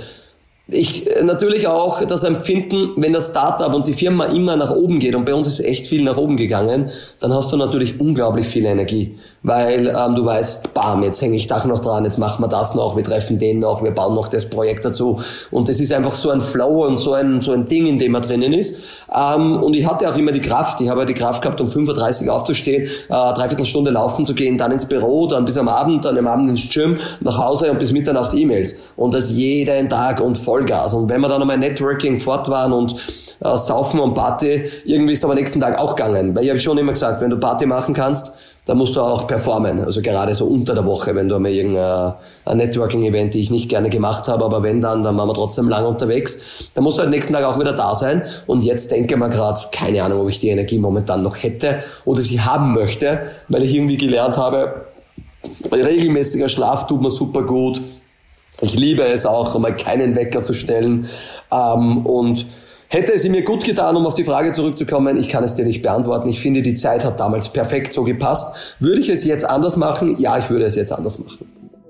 ich natürlich auch das Empfinden, wenn das Startup und die Firma immer nach oben geht, und bei uns ist echt viel nach oben gegangen, dann hast du natürlich unglaublich viel Energie, weil ähm, du weißt, bam, jetzt hänge ich Tag noch dran, jetzt machen wir das noch, wir treffen den noch, wir bauen noch das Projekt dazu, und das ist einfach so ein Flow und so ein so ein Ding, in dem man drinnen ist. Ähm, und ich hatte auch immer die Kraft, ich habe die Kraft gehabt, um fünf Uhr dreißig aufzustehen, äh, dreiviertel Stunde laufen zu gehen, dann ins Büro, dann bis am Abend, dann am Abend ins Gym, nach Hause und bis Mitternacht E-Mails, und das jeden Tag und voll Gas. Und wenn wir dann nochmal Networking fort waren und äh, Saufen und Party, irgendwie ist es am nächsten Tag auch gegangen. Weil ich habe schon immer gesagt, wenn du Party machen kannst, dann musst du auch performen. Also gerade so unter der Woche, wenn du einmal irgendein Networking-Event, die ich nicht gerne gemacht habe, aber wenn dann, dann waren wir trotzdem lang unterwegs. Dann musst du halt nächsten Tag auch wieder da sein. Und jetzt denke ich mir gerade, keine Ahnung, ob ich die Energie momentan noch hätte oder sie haben möchte, weil ich irgendwie gelernt habe, regelmäßiger Schlaf tut mir super gut. Ich liebe es auch, mal keinen Wecker zu stellen. Ähm, und hätte es mir gut getan, um auf die Frage zurückzukommen, ich kann es dir nicht beantworten. Ich finde, die Zeit hat damals perfekt so gepasst. Würde ich es jetzt anders machen? Ja, ich würde es jetzt anders machen.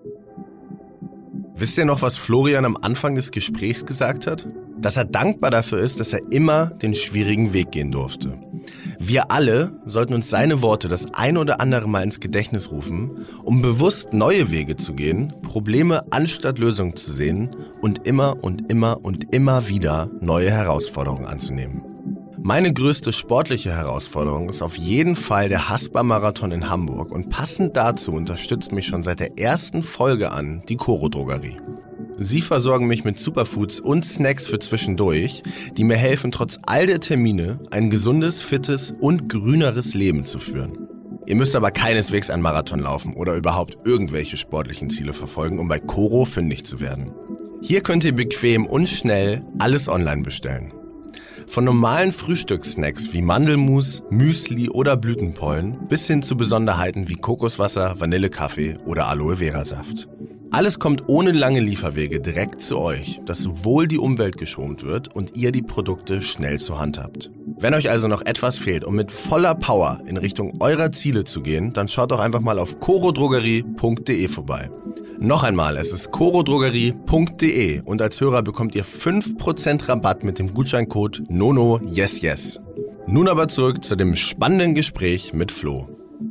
Wisst ihr noch, was Florian am Anfang des Gesprächs gesagt hat? Dass er dankbar dafür ist, dass er immer den schwierigen Weg gehen durfte. Wir alle sollten uns seine Worte das ein oder andere Mal ins Gedächtnis rufen, um bewusst neue Wege zu gehen, Probleme anstatt Lösungen zu sehen und immer und immer und immer wieder neue Herausforderungen anzunehmen. Meine größte sportliche Herausforderung ist auf jeden Fall der Haspa-Marathon in Hamburg, und passend dazu unterstützt mich schon seit der ersten Folge an die Coro Drogerie. Sie versorgen mich mit Superfoods und Snacks für zwischendurch, die mir helfen, trotz all der Termine ein gesundes, fittes und grüneres Leben zu führen. Ihr müsst aber keineswegs einen Marathon laufen oder überhaupt irgendwelche sportlichen Ziele verfolgen, um bei Coro fündig zu werden. Hier könnt ihr bequem und schnell alles online bestellen. Von normalen Frühstückssnacks wie Mandelmus, Müsli oder Blütenpollen bis hin zu Besonderheiten wie Kokoswasser, Vanillekaffee oder Aloe Vera Saft. Alles kommt ohne lange Lieferwege direkt zu euch, dass sowohl die Umwelt geschont wird und ihr die Produkte schnell zur Hand habt. Wenn euch also noch etwas fehlt, um mit voller Power in Richtung eurer Ziele zu gehen, dann schaut doch einfach mal auf corodrogerie punkt de vorbei. Noch einmal, es ist corodrogerie punkt de und als Hörer bekommt ihr fünf Prozent Rabatt mit dem Gutscheincode NONOYESYES. Nun aber zurück zu dem spannenden Gespräch mit Flo.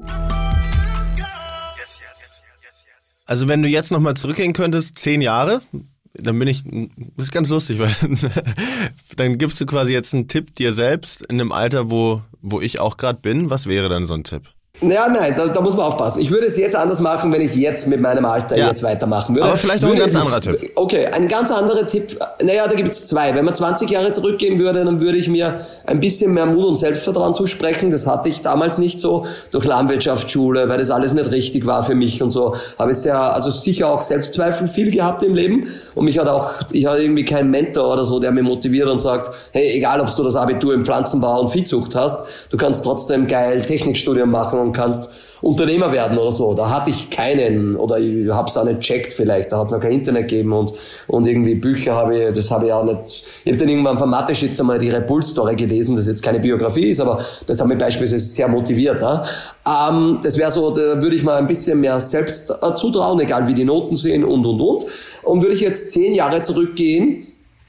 Also wenn du jetzt nochmal zurückgehen könntest, zehn Jahre, dann bin ich, das ist ganz lustig, weil dann gibst du quasi jetzt einen Tipp dir selbst in einem Alter, wo, wo ich auch gerade bin. Was wäre dann so ein Tipp? Ja, nein, da, da muss man aufpassen. Ich würde es jetzt anders machen, wenn ich jetzt mit meinem Alter ja. jetzt weitermachen würde. Aber vielleicht noch ein ganz anderer Tipp. Okay, ein ganz anderer Tipp. Naja, da gibt es zwei. Wenn man zwanzig Jahre zurückgehen würde, dann würde ich mir ein bisschen mehr Mut und Selbstvertrauen zusprechen. Das hatte ich damals nicht so durch Landwirtschaftsschule, weil das alles nicht richtig war für mich und so. Habe ich sehr, also sicher auch Selbstzweifel viel gehabt im Leben. Und mich hat auch, ich hatte irgendwie keinen Mentor oder so, der mich motiviert und sagt, hey, egal ob du das Abitur im Pflanzenbau und Viehzucht hast, du kannst trotzdem geil Technikstudium machen und kannst Unternehmer werden oder so. Da hatte ich keinen oder ich habe es auch nicht checkt vielleicht. Da hat es noch kein Internet gegeben und und irgendwie Bücher habe ich, das habe ich auch nicht. Ich habe dann irgendwann von Mathe-Schitz einmal die Repul-Story gelesen, das jetzt keine Biografie ist, aber das hat mich beispielsweise sehr motiviert. Ne? Ähm, das wäre so, da würde ich mal ein bisschen mehr selbst äh, zutrauen, egal wie die Noten sind und und und. Und würde ich jetzt zehn Jahre zurückgehen,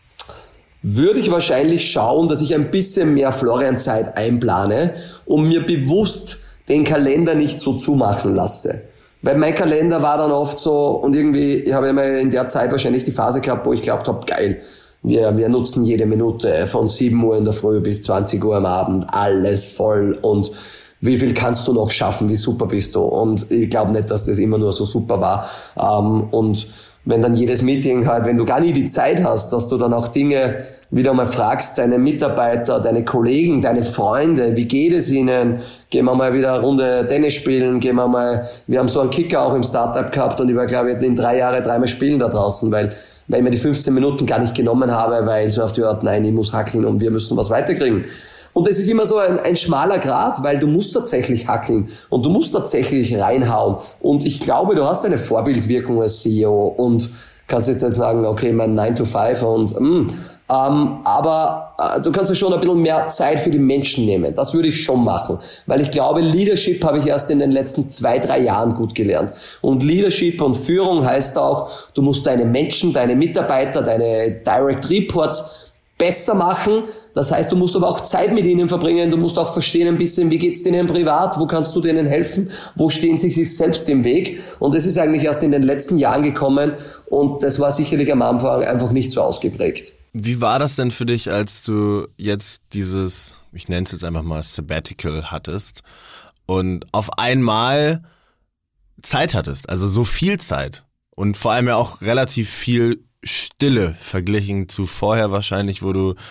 würde ich wahrscheinlich schauen, dass ich ein bisschen mehr Florian-Zeit einplane und mir bewusst den Kalender nicht so zumachen lasse. Weil mein Kalender war dann oft so, und irgendwie, ich habe immer in der Zeit wahrscheinlich die Phase gehabt, wo ich glaubt habe, geil, wir, wir nutzen jede Minute von sieben Uhr in der Früh bis zwanzig Uhr am Abend, alles voll und wie viel kannst du noch schaffen, wie super bist du? Und ich glaube nicht, dass das immer nur so super war. Und wenn dann jedes Meeting halt, wenn du gar nie die Zeit hast, dass du dann auch Dinge wieder mal fragst, deine Mitarbeiter, deine Kollegen, deine Freunde, wie geht es ihnen? Gehen wir mal wieder eine Runde Tennis spielen, gehen wir mal, wir haben so einen Kicker auch im Startup gehabt und ich war, glaube ich, in drei Jahren dreimal spielen da draußen, weil, weil ich mir die fünfzehn Minuten gar nicht genommen habe, weil so auf die Art, nein, ich muss hackeln und wir müssen was weiterkriegen. Und das ist immer so ein, ein schmaler Grat, weil du musst tatsächlich hackeln und du musst tatsächlich reinhauen. Und ich glaube, du hast eine Vorbildwirkung als C E O und kannst jetzt nicht sagen, okay, mein nine to five und mm, ähm, aber äh, du kannst ja schon ein bisschen mehr Zeit für die Menschen nehmen. Das würde ich schon machen, weil ich glaube, Leadership habe ich erst in den letzten zwei, drei Jahren gut gelernt. Und Leadership und Führung heißt auch, du musst deine Menschen, deine Mitarbeiter, deine Direct Reports besser machen. Das heißt, du musst aber auch Zeit mit ihnen verbringen. Du musst auch verstehen ein bisschen, wie geht's denen privat? Wo kannst du denen helfen? Wo stehen sie sich selbst im Weg? Und das ist eigentlich erst in den letzten Jahren gekommen. Und das war sicherlich am Anfang einfach nicht so ausgeprägt. Wie war das denn für dich, als du jetzt dieses, ich nenne es jetzt einfach mal Sabbatical hattest und auf einmal Zeit hattest? Also so viel Zeit und vor allem ja auch relativ viel Stille verglichen zu vorher wahrscheinlich, wo du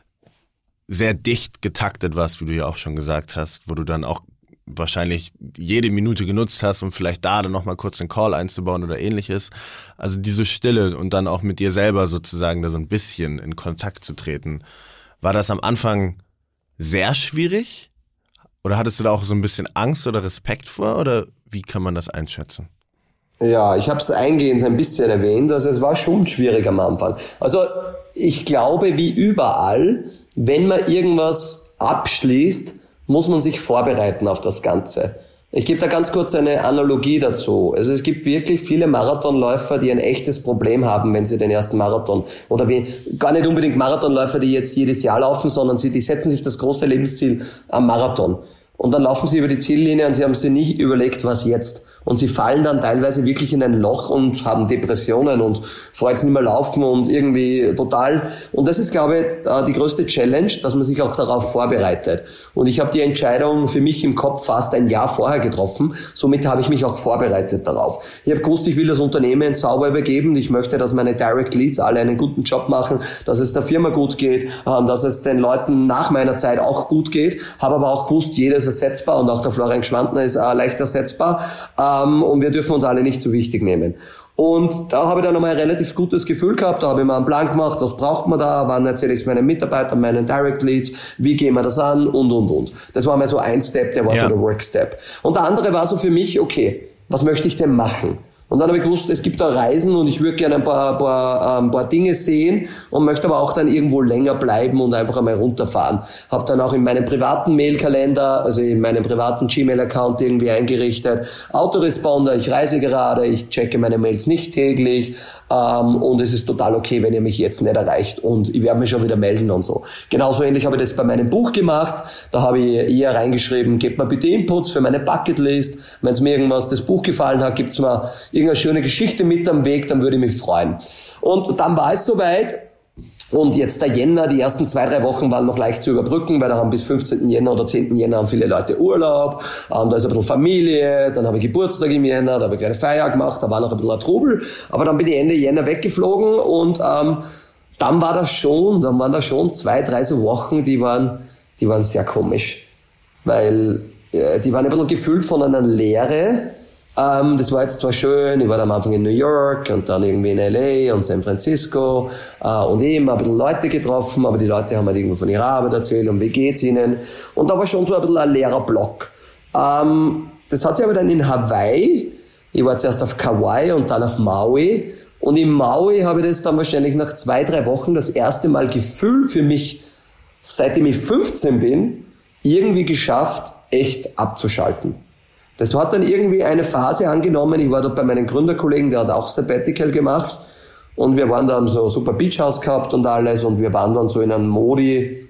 sehr dicht getaktet warst, wie du ja auch schon gesagt hast, wo du dann auch wahrscheinlich jede Minute genutzt hast, um vielleicht da dann nochmal kurz einen Call einzubauen oder ähnliches. Also diese Stille und dann auch mit dir selber sozusagen da so ein bisschen in Kontakt zu treten. War das am Anfang sehr schwierig? Oder hattest du da auch so ein bisschen Angst oder Respekt vor? Oder wie kann man das einschätzen? Ja, ich habe es eingehend ein bisschen erwähnt, also es war schon schwierig am Anfang. Also ich glaube, wie überall, wenn man irgendwas abschließt, muss man sich vorbereiten auf das Ganze. Ich gebe da ganz kurz eine Analogie dazu. Also es gibt wirklich viele Marathonläufer, die ein echtes Problem haben, wenn sie den ersten Marathon, oder wie, gar nicht unbedingt Marathonläufer, die jetzt jedes Jahr laufen, sondern sie, die setzen sich das große Lebensziel am Marathon. Und dann laufen sie über die Ziellinie und sie haben sich nicht überlegt, was jetzt. Und sie fallen dann teilweise wirklich in ein Loch und haben Depressionen und freuen sich nicht mehr laufen und irgendwie total. Und das ist, glaube ich, die größte Challenge, dass man sich auch darauf vorbereitet. Und ich habe die Entscheidung für mich im Kopf fast ein Jahr vorher getroffen. Somit habe ich mich auch vorbereitet darauf. Ich habe gewusst, ich will das Unternehmen sauber übergeben. Ich möchte, dass meine Direct Leads alle einen guten Job machen, dass es der Firma gut geht, dass es den Leuten nach meiner Zeit auch gut geht. Habe aber auch gewusst, jeder ist ersetzbar und auch der Florian Gschwandner ist leicht ersetzbar. Und wir dürfen uns alle nicht so wichtig nehmen. Und da habe ich dann nochmal ein relativ gutes Gefühl gehabt. Da habe ich mir einen Plan gemacht, was braucht man da, wann erzähle ich es meinen Mitarbeitern, meinen Direct Leads, wie gehen wir das an und, und, und. Das war mal so ein Step, der war ja so der Work Step. Und der andere war so für mich, okay, was möchte ich denn machen? Und dann habe ich gewusst, es gibt da Reisen und ich würde gerne ein paar, paar, ein paar Dinge sehen und möchte aber auch dann irgendwo länger bleiben und einfach einmal runterfahren. Habe dann auch in meinem privaten Mailkalender, also in meinem privaten Gmail-Account irgendwie eingerichtet, Autoresponder, ich reise gerade, ich checke meine Mails nicht täglich ähm, und es ist total okay, wenn ihr mich jetzt nicht erreicht und ich werde mich schon wieder melden und so. Genauso ähnlich habe ich das bei meinem Buch gemacht. Da habe ich eher reingeschrieben, gebt mir bitte Inputs für meine Bucketlist. Wenn es mir irgendwas, das Buch gefallen hat, gibt's mir irgendeine schöne Geschichte mit am Weg, dann würde ich mich freuen. Und dann war es soweit. Und jetzt der Jänner, die ersten zwei, drei Wochen waren noch leicht zu überbrücken, weil da haben bis fünfzehnten Jänner oder zehnten Jänner haben viele Leute Urlaub, ähm, da ist ein bisschen Familie, dann habe ich Geburtstag im Jänner, da habe ich eine kleine Feier gemacht, da war noch ein bisschen ein Trubel, aber dann bin ich Ende Jänner weggeflogen und ähm, dann war das schon, dann waren da schon zwei, drei so Wochen, die waren, die waren sehr komisch, weil äh, die waren ein bisschen gefüllt von einer Leere. Ähm, das war jetzt zwar schön, ich war am Anfang in New York und dann irgendwie in L A und San Francisco äh, und eben ein bisschen Leute getroffen, aber die Leute haben halt irgendwo von ihrer Arbeit erzählt und wie geht's ihnen. Und da war schon so ein bisschen ein leerer Block. Ähm, das hat sich aber dann in Hawaii, ich war zuerst auf Kauai und dann auf Maui und in Maui habe ich das dann wahrscheinlich nach zwei, drei Wochen das erste Mal gefühlt für mich, seitdem ich fünfzehn bin, irgendwie geschafft, echt abzuschalten. Das hat dann irgendwie eine Phase angenommen. Ich war dort bei meinen Gründerkollegen, der hat auch Sabbatical gemacht. Und wir waren da, haben so ein super Beachhaus gehabt und alles. Und wir waren dann so in einem Modi,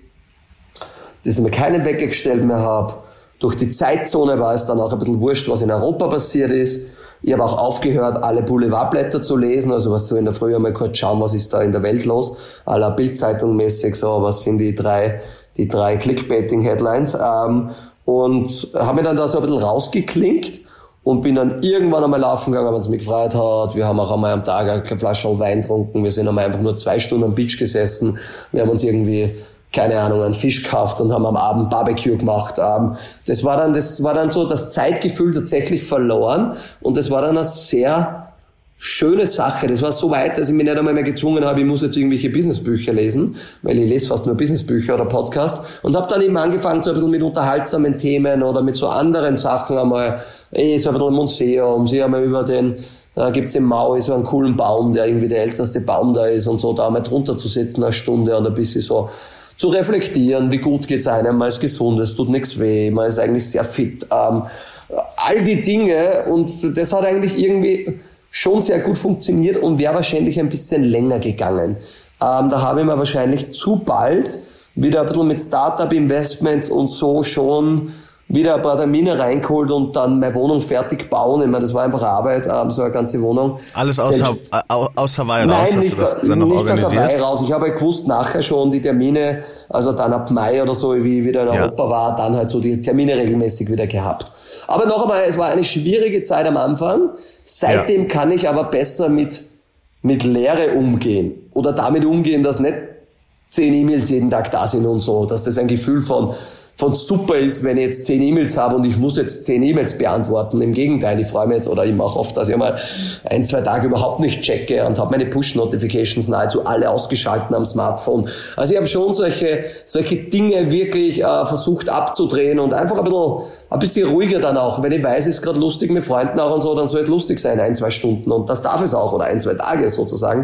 dass ich mir keinen Wecker gestellt mehr habe. Durch die Zeitzone war es dann auch ein bisschen wurscht, was in Europa passiert ist. Ich habe auch aufgehört, alle Boulevardblätter zu lesen. Also was so in der Früh einmal kurz schauen, was ist da in der Welt los. À la Bildzeitung mäßig, so was sind die drei, die drei Clickbaiting-Headlines. Ähm, Und habe mich dann da so ein bisschen rausgeklinkt und bin dann irgendwann einmal laufen gegangen, wenn es mich gefreut hat. Wir haben auch einmal am Tag eine Flasche Wein getrunken. Wir sind einmal einfach nur zwei Stunden am Beach gesessen. Wir haben uns irgendwie, keine Ahnung, einen Fisch gekauft und haben am Abend Barbecue gemacht. Das war dann, das war dann so das Zeitgefühl tatsächlich verloren und das war dann eine sehr schöne Sache. Das war so weit, dass ich mich nicht einmal mehr gezwungen habe, ich muss jetzt irgendwelche Businessbücher lesen, weil ich lese fast nur Businessbücher oder Podcasts und habe dann eben angefangen, so ein bisschen mit unterhaltsamen Themen oder mit so anderen Sachen einmal, eh, so ein bisschen im Museum, sie einmal über den, da gibt's in Maui so einen coolen Baum, der irgendwie der älteste Baum da ist und so, da einmal drunter zu sitzen eine Stunde und ein bisschen so zu reflektieren, wie gut geht's einem, man ist gesund, es tut nichts weh, man ist eigentlich sehr fit, ähm, all die Dinge und das hat eigentlich irgendwie schon sehr gut funktioniert und wäre wahrscheinlich ein bisschen länger gegangen. Ähm, da habe ich mir wahrscheinlich zu bald wieder ein bisschen mit Startup-Investments und so schon wieder ein paar Termine reingeholt und dann meine Wohnung fertig bauen. Ich meine, das war einfach Arbeit, ähm, so eine ganze Wohnung. Alles aus, Selbst, ha- aus Hawaii raus? Nein, nicht, das dann noch nicht aus organisiert? Hawaii raus. Ich habe halt gewusst, nachher schon die Termine, also dann ab Mai oder so, wie ich wieder in Ja. Europa war, dann halt so die Termine regelmäßig wieder gehabt. Aber noch einmal, es war eine schwierige Zeit am Anfang. Seitdem ja. kann ich aber besser mit, mit Leere umgehen. Oder damit umgehen, dass nicht zehn E-Mails jeden Tag da sind und so. Dass das ein Gefühl von, von super ist, wenn ich jetzt zehn E-Mails habe und ich muss jetzt zehn E-Mails beantworten. Im Gegenteil, ich freue mich jetzt, oder ich mache oft, dass ich mal ein, zwei Tage überhaupt nicht checke und habe meine Push-Notifications nahezu alle ausgeschalten am Smartphone. Also ich habe schon solche, solche Dinge wirklich äh, versucht abzudrehen und einfach ein bisschen, ein bisschen ruhiger dann auch. Wenn ich weiß, es ist gerade lustig mit Freunden auch und so, dann soll es lustig sein, ein, zwei Stunden. Und das darf es auch, oder ein, zwei Tage sozusagen.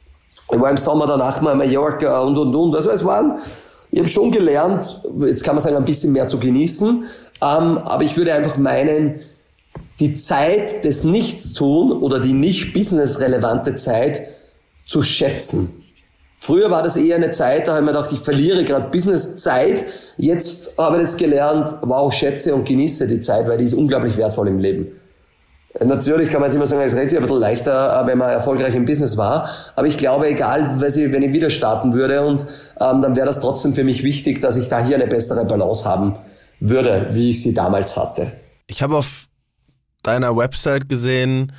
Ich war im Sommer danach mal in Mallorca und, und, und. Also es waren, ich habe schon gelernt, jetzt kann man sagen, ein bisschen mehr zu genießen, ähm, aber ich würde einfach meinen, die Zeit des Nichtstun oder die nicht businessrelevante Zeit zu schätzen. Früher war das eher eine Zeit, da habe ich mir gedacht, ich verliere gerade Businesszeit. Jetzt habe ich das gelernt, wow, schätze und genieße die Zeit, weil die ist unglaublich wertvoll im Leben. Natürlich kann man jetzt immer sagen, es redet sich ein bisschen leichter, wenn man erfolgreich im Business war. Aber ich glaube, egal, wenn ich wieder starten würde, und ähm, dann wäre das trotzdem für mich wichtig, dass ich da hier eine bessere Balance haben würde, wie ich sie damals hatte. Ich habe auf deiner Website gesehen,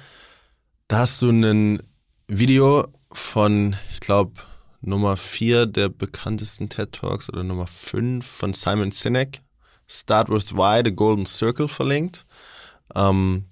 da hast du ein Video von, ich glaube, Nummer vier der bekanntesten TED Talks oder Nummer fünf von Simon Sinek, Start with Why, The Golden Circle, verlinkt. Ähm,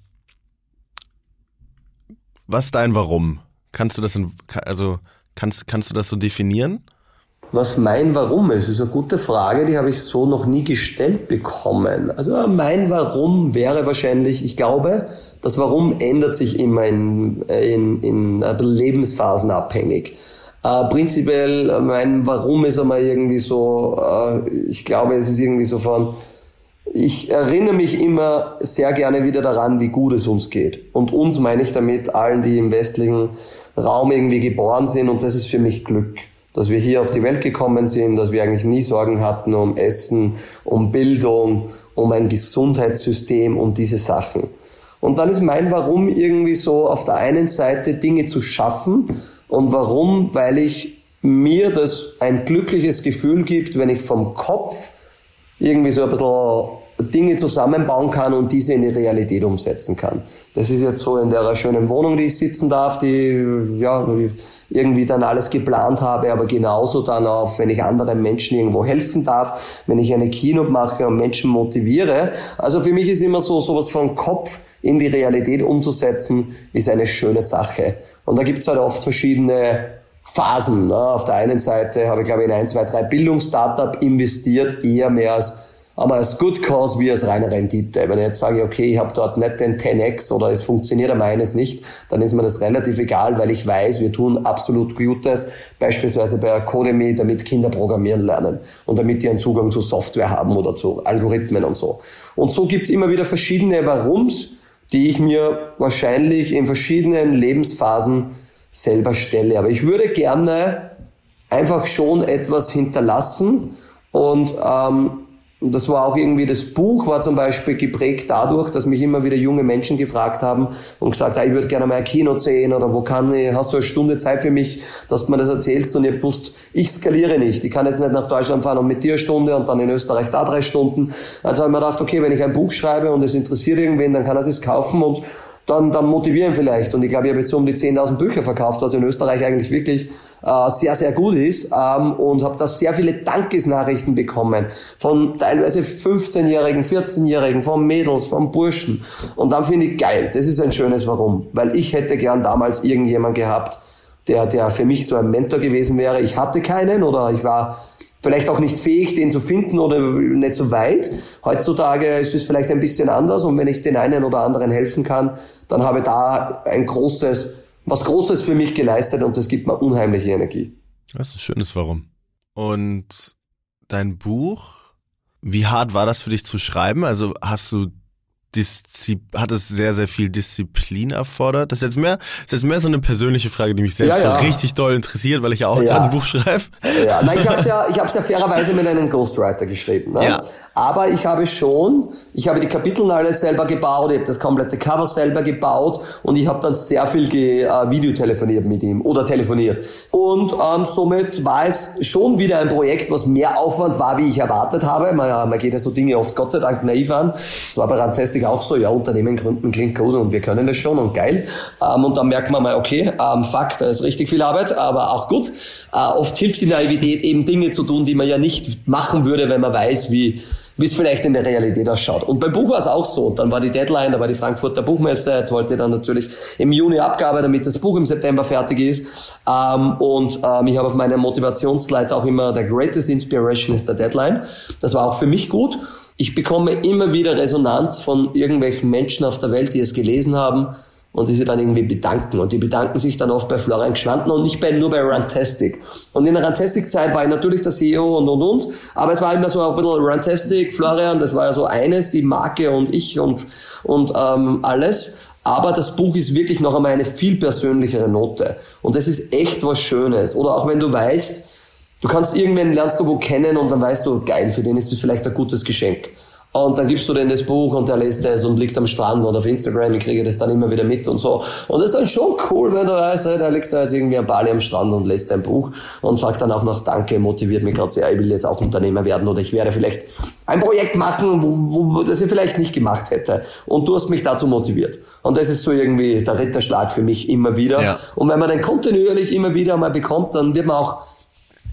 Was ist dein Warum? Kannst du das in, also kannst kannst du das so definieren? Was mein Warum ist, ist eine gute Frage, die habe ich so noch nie gestellt bekommen. Also mein Warum wäre wahrscheinlich, ich glaube, das Warum ändert sich immer in, in, in ein bisschen Lebensphasen abhängig. Äh, prinzipiell, mein Warum ist einmal irgendwie so, äh, ich glaube, es ist irgendwie so von, ich erinnere mich immer sehr gerne wieder daran, wie gut es uns geht. Und uns meine ich damit allen, die im westlichen Raum irgendwie geboren sind, und das ist für mich Glück. Dass wir hier auf die Welt gekommen sind, dass wir eigentlich nie Sorgen hatten um Essen, um Bildung, um ein Gesundheitssystem und diese Sachen. Und dann ist mein Warum irgendwie so, auf der einen Seite Dinge zu schaffen. Und warum? Weil ich mir das ein glückliches Gefühl gibt, wenn ich vom Kopf irgendwie so ein bisschen Dinge zusammenbauen kann und diese in die Realität umsetzen kann. Das ist jetzt so in der schönen Wohnung, die ich sitzen darf, die ja irgendwie dann alles geplant habe, aber genauso dann auch, wenn ich anderen Menschen irgendwo helfen darf, wenn ich eine Keynote mache und Menschen motiviere. Also für mich ist immer so, sowas vom Kopf in die Realität umzusetzen, ist eine schöne Sache. Und da gibt's halt oft verschiedene Phasen. Ne? Auf der einen Seite habe ich, glaube ich, in ein, zwei, drei Bildungsstartup investiert, eher mehr als aber als Good Cause wie als reine Rendite. Wenn ich jetzt sage, okay, ich habe dort nicht den zehn X oder es funktioniert am eines nicht, dann ist mir das relativ egal, weil ich weiß, wir tun absolut Gutes, beispielsweise bei Codemy, damit Kinder programmieren lernen und damit die einen Zugang zu Software haben oder zu Algorithmen und so. Und so gibt's immer wieder verschiedene Warums, die ich mir wahrscheinlich in verschiedenen Lebensphasen selber stelle. Aber ich würde gerne einfach schon etwas hinterlassen und ähm, Und das war auch irgendwie, das Buch war zum Beispiel geprägt dadurch, dass mich immer wieder junge Menschen gefragt haben und gesagt, ah, ich würde gerne mal ein Keynote sehen oder wo kann ich, hast du eine Stunde Zeit für mich, dass du mir das erzählst? Und ich hab gewusst, ich skaliere nicht. Ich kann jetzt nicht nach Deutschland fahren und mit dir eine Stunde und dann in Österreich da drei Stunden. Also habe ich mir gedacht, okay, wenn ich ein Buch schreibe und es interessiert irgendwen, dann kann er es kaufen und dann, dann motivieren vielleicht. Und ich glaube, ich habe jetzt so um die zehntausend Bücher verkauft, was in Österreich eigentlich wirklich äh, sehr, sehr gut ist. Ähm, und habe da sehr viele Dankesnachrichten bekommen von teilweise fünfzehnjährigen, vierzehnjährigen, von Mädels, von Burschen. Und dann finde ich geil, das ist ein schönes Warum. Weil ich hätte gern damals irgendjemand gehabt, der, der für mich so ein Mentor gewesen wäre. Ich hatte keinen oder ich war vielleicht auch nicht fähig, den zu finden oder nicht so weit. Heutzutage ist es vielleicht ein bisschen anders und wenn ich den einen oder anderen helfen kann, dann habe ich da ein großes, was Großes für mich geleistet und das gibt mir unheimliche Energie. Das ist ein schönes Warum. Und dein Buch, wie hart war das für dich zu schreiben? Also hast du Diszi- hat es sehr, sehr viel Disziplin erfordert? Das ist jetzt mehr, das ist jetzt mehr so eine persönliche Frage, die mich selbst ja, ja. so richtig doll interessiert, weil ich ja auch ja. gerade ein Buch schreibe. Ja, nein, ich habe es ja, ich habe es ja fairerweise mit einem Ghostwriter geschrieben. Ne? Ja. Aber ich habe schon, ich habe die Kapitel alle selber gebaut, ich habe das komplette Cover selber gebaut und ich habe dann sehr viel ge, äh, Videotelefoniert mit ihm oder telefoniert. Und ähm, somit war es schon wieder ein Projekt, was mehr Aufwand war, wie ich erwartet habe. Man, man geht ja so Dinge oft Gott sei Dank naiv an. Es war bei Runtastic auch so, ja, Unternehmen gründen klingt gut und wir können das schon und geil. Ähm, und dann merkt man mal, okay, ähm, fuck, da ist richtig viel Arbeit, aber auch gut. Äh, oft hilft die Naivität eben Dinge zu tun, die man ja nicht machen würde, wenn man weiß, wie wie es vielleicht in der Realität ausschaut. Und beim Buch war es auch so. Und dann war die Deadline, da war die Frankfurter Buchmesse. Jetzt wollte ich dann natürlich im Juni Abgabe, damit das Buch im September fertig ist. Ähm, und ähm, ich habe auf meinen Motivationsslides auch immer, the greatest inspiration is the deadline. Das war auch für mich gut. Ich bekomme immer wieder Resonanz von irgendwelchen Menschen auf der Welt, die es gelesen haben und die sich dann irgendwie bedanken. Und die bedanken sich dann oft bei Florian Gschwandtner und nicht bei, nur bei Runtastic. Und in der Runtastic-Zeit war ich natürlich der C E O und, und, und. Aber es war immer so ein bisschen Runtastic, Florian, das war ja so eines, die Marke und ich und, und ähm, alles. Aber das Buch ist wirklich noch einmal eine viel persönlichere Note. Und das ist echt was Schönes. Oder auch wenn du weißt, du kannst irgendwen, lernst du wo kennen und dann weißt du, geil, für den ist es vielleicht ein gutes Geschenk. Und dann gibst du denen das Buch und der liest es und liegt am Strand und auf Instagram, ich kriege das dann immer wieder mit und so. Und das ist dann schon cool, wenn du weißt, hey, der liegt da jetzt irgendwie am Bali am Strand und liest dein Buch und sagt dann auch noch Danke, motiviert mich gerade sehr, ich will jetzt auch Unternehmer werden oder ich werde vielleicht ein Projekt machen, wo, wo das ich vielleicht nicht gemacht hätte. Und du hast mich dazu motiviert. Und das ist so irgendwie der Ritterschlag für mich immer wieder. Ja. Und wenn man den kontinuierlich immer wieder mal bekommt, dann wird man auch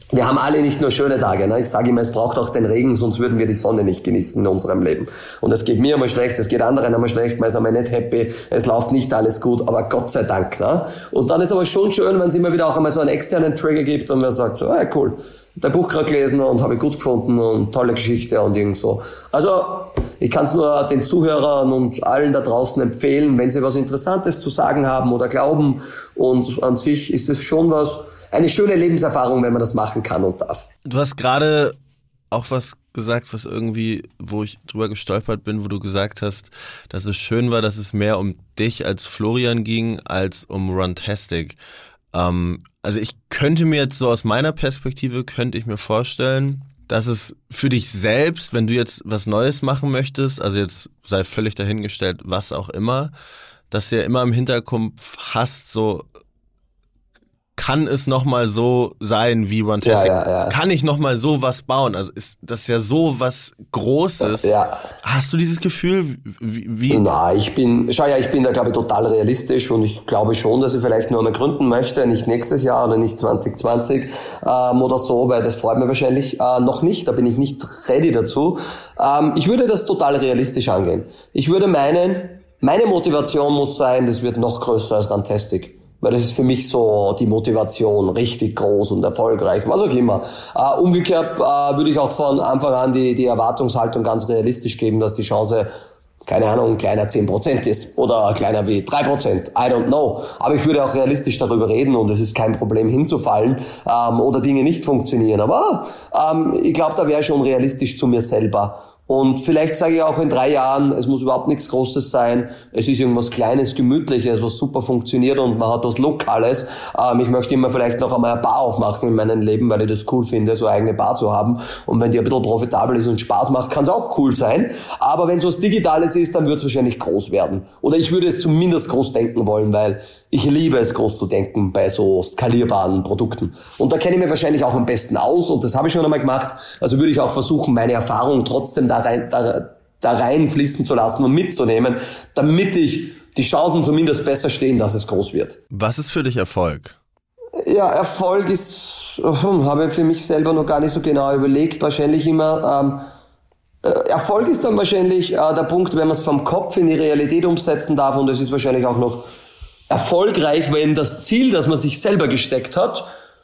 wir haben alle nicht nur schöne Tage. Ne? Ich sage immer, es braucht auch den Regen, sonst würden wir die Sonne nicht genießen in unserem Leben. Und es geht mir immer schlecht, es geht anderen immer schlecht, man ist einmal nicht happy, es läuft nicht alles gut, aber Gott sei Dank. Ne? Und dann ist aber schon schön, wenn es immer wieder auch einmal so einen externen Trigger gibt und man sagt so, hey, cool, dein Buch gerade gelesen und habe ich gut gefunden und tolle Geschichte und irgend so. Also ich kann es nur den Zuhörern und allen da draußen empfehlen, wenn sie was Interessantes zu sagen haben oder glauben, und an sich ist es schon was, eine schöne Lebenserfahrung, wenn man das machen kann und darf. Du hast gerade auch was gesagt, was irgendwie, wo ich drüber gestolpert bin, wo du gesagt hast, dass es schön war, dass es mehr um dich als Florian ging, als um Runtastic. Ähm, also ich könnte mir jetzt so aus meiner Perspektive, könnte ich mir vorstellen, dass es für dich selbst, wenn du jetzt was Neues machen möchtest, also jetzt sei völlig dahingestellt, was auch immer, dass du ja immer im Hinterkopf hast, so, kann es nochmal so sein wie Runtastic? Ja, ja, ja. Kann ich nochmal so was bauen? Also ist das ja so was Großes. Ja. Hast du dieses Gefühl? Wie, wie? Na, ich bin, schau ja, ich bin da glaube ich total realistisch und ich glaube schon, dass ich vielleicht nur einmal gründen möchte, nicht nächstes Jahr oder nicht zwanzig zwanzig ähm, oder so, weil das freut mir wahrscheinlich äh, noch nicht, da bin ich nicht ready dazu. Ähm, ich würde das total realistisch angehen. Ich würde meinen, meine Motivation muss sein, das wird noch größer als Runtastic. Weil das ist für mich so die Motivation, richtig groß und erfolgreich, was auch immer. Äh, umgekehrt äh, würde ich auch von Anfang an die, die Erwartungshaltung ganz realistisch geben, dass die Chance, keine Ahnung, kleiner zehn Prozent ist oder kleiner wie drei Prozent, I don't know. Aber ich würde auch realistisch darüber reden und es ist kein Problem hinzufallen ähm, oder Dinge nicht funktionieren. Aber ähm, ich glaube, da wäre schon realistisch zu mir selber. Und vielleicht sage ich auch in drei Jahren, es muss überhaupt nichts Großes sein, es ist irgendwas Kleines, Gemütliches, was super funktioniert und man hat was Lokales. Ähm, ich möchte immer vielleicht noch einmal eine Bar aufmachen in meinem Leben, weil ich das cool finde, so eine eigene Bar zu haben. Und wenn die ein bisschen profitabel ist und Spaß macht, kann es auch cool sein. Aber wenn es was Digitales ist, dann wird es wahrscheinlich groß werden. Oder ich würde es zumindest groß denken wollen, weil ich liebe es, groß zu denken bei so skalierbaren Produkten. Und da kenne ich mich wahrscheinlich auch am besten aus und das habe ich schon einmal gemacht. Also würde ich auch versuchen, meine Erfahrung trotzdem da rein, da, da reinfließen zu lassen und mitzunehmen, damit ich die Chancen zumindest besser stehen, dass es groß wird. Was ist für dich Erfolg? Ja, Erfolg ist, hm, habe ich für mich selber noch gar nicht so genau überlegt. Wahrscheinlich immer, ähm, Erfolg ist dann wahrscheinlich äh, der Punkt, wenn man es vom Kopf in die Realität umsetzen darf, und es ist wahrscheinlich auch noch erfolgreich, wenn das Ziel, das man sich selber gesteckt hat,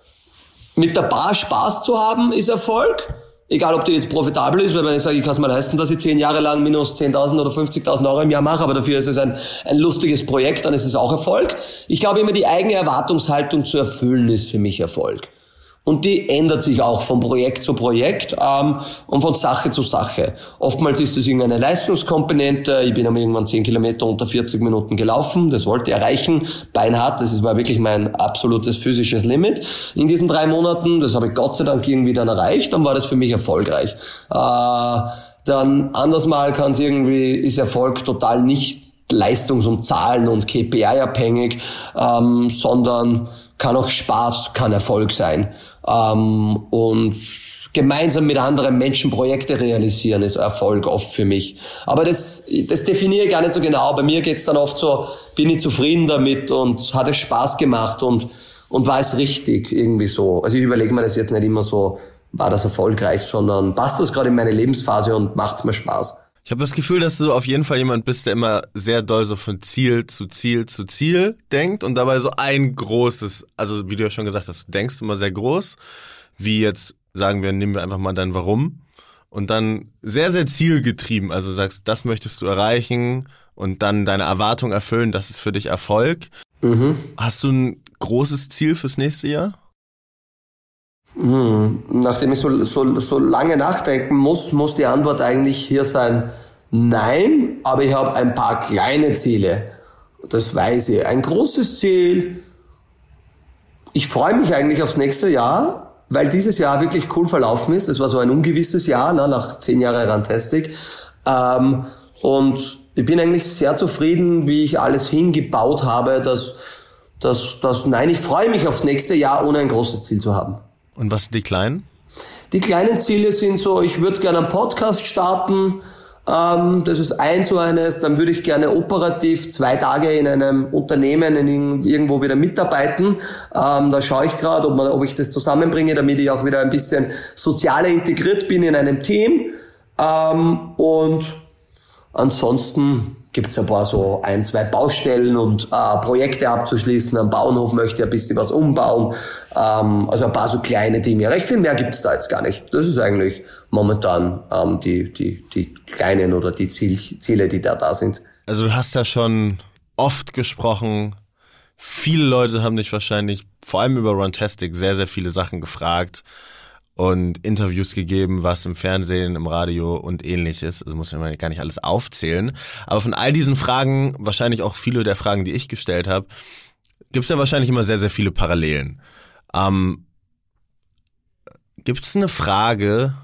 mit der Bar Spaß zu haben, ist Erfolg. Egal, ob die jetzt profitabel ist, weil wenn ich sage, ich kann es mir leisten, dass ich zehn Jahre lang minus zehntausend oder fünfzigtausend Euro im Jahr mache, aber dafür ist es ein, ein lustiges Projekt, dann ist es auch Erfolg. Ich glaube immer, die eigene Erwartungshaltung zu erfüllen, ist für mich Erfolg. Und die ändert sich auch von Projekt zu Projekt ähm, und von Sache zu Sache. Oftmals ist es irgendeine Leistungskomponente. Ich bin am irgendwann zehn Kilometer unter vierzig Minuten gelaufen. Das wollte ich erreichen. Beinhart, das war wirklich mein absolutes physisches Limit in diesen drei Monaten. Das habe ich Gott sei Dank irgendwie dann erreicht. Dann war das für mich erfolgreich. Äh, dann anders mal kann es irgendwie, ist Erfolg total nicht leistungs- und Zahlen- und K P I-abhängig, ähm, sondern kann auch Spaß, kann Erfolg sein. Ähm, und gemeinsam mit anderen Menschen Projekte realisieren ist Erfolg oft für mich. Aber das, das definiere ich gar nicht so genau. Bei mir geht's dann oft so, bin ich zufrieden damit und hat es Spaß gemacht und, und war es richtig irgendwie so. Also ich überlege mir das jetzt nicht immer so, war das erfolgreich, sondern passt das gerade in meine Lebensphase und macht's mir Spaß. Ich habe das Gefühl, dass du auf jeden Fall jemand bist, der immer sehr doll so von Ziel zu Ziel zu Ziel denkt und dabei so ein großes, also wie du ja schon gesagt hast, du denkst immer sehr groß, wie jetzt, sagen wir, nehmen wir einfach mal dein Warum und dann sehr, sehr zielgetrieben, also sagst, das möchtest du erreichen und dann deine Erwartung erfüllen, das ist für dich Erfolg. Mhm. Hast du ein großes Ziel fürs nächste Jahr? Hm. Nachdem ich so, so, so lange nachdenken muss, muss die Antwort eigentlich hier sein, nein, aber ich habe ein paar kleine Ziele. Das weiß ich. Ein großes Ziel, ich freue mich eigentlich aufs nächste Jahr, weil dieses Jahr wirklich cool verlaufen ist. Das war so ein ungewisses Jahr, ne, nach zehn Jahren Runtastic. Ähm, und ich bin eigentlich sehr zufrieden, wie ich alles hingebaut habe, dass, dass, dass, nein, ich freue mich aufs nächste Jahr, ohne ein großes Ziel zu haben. Und was sind die kleinen? Die kleinen Ziele sind so, ich würde gerne einen Podcast starten, Ähm, das ist ein so eines. Dann würde ich gerne operativ zwei Tage in einem Unternehmen in irgendwo wieder mitarbeiten. Ähm, da schaue ich gerade, ob, man, ob ich das zusammenbringe, damit ich auch wieder ein bisschen sozialer integriert bin in einem Team. Ähm, und ansonsten gibt's ein paar so ein, zwei Baustellen und äh, Projekte abzuschließen. Am Bauernhof möchte ich ein bisschen was umbauen. Ähm, also ein paar so kleine Dinge. Recht viel mehr gibt's da jetzt gar nicht. Das ist eigentlich momentan ähm, die, die, die kleinen oder die Ziel, Ziele, die da da sind. Also du hast ja schon oft gesprochen. Viele Leute haben dich wahrscheinlich, vor allem über Runtastic, sehr, sehr viele Sachen gefragt und Interviews gegeben, was im Fernsehen, im Radio und ähnliches. Also muss man gar nicht alles aufzählen. Aber von all diesen Fragen, wahrscheinlich auch viele der Fragen, die ich gestellt habe, gibt es ja wahrscheinlich immer sehr, sehr viele Parallelen. Ähm, gibt es eine Frage,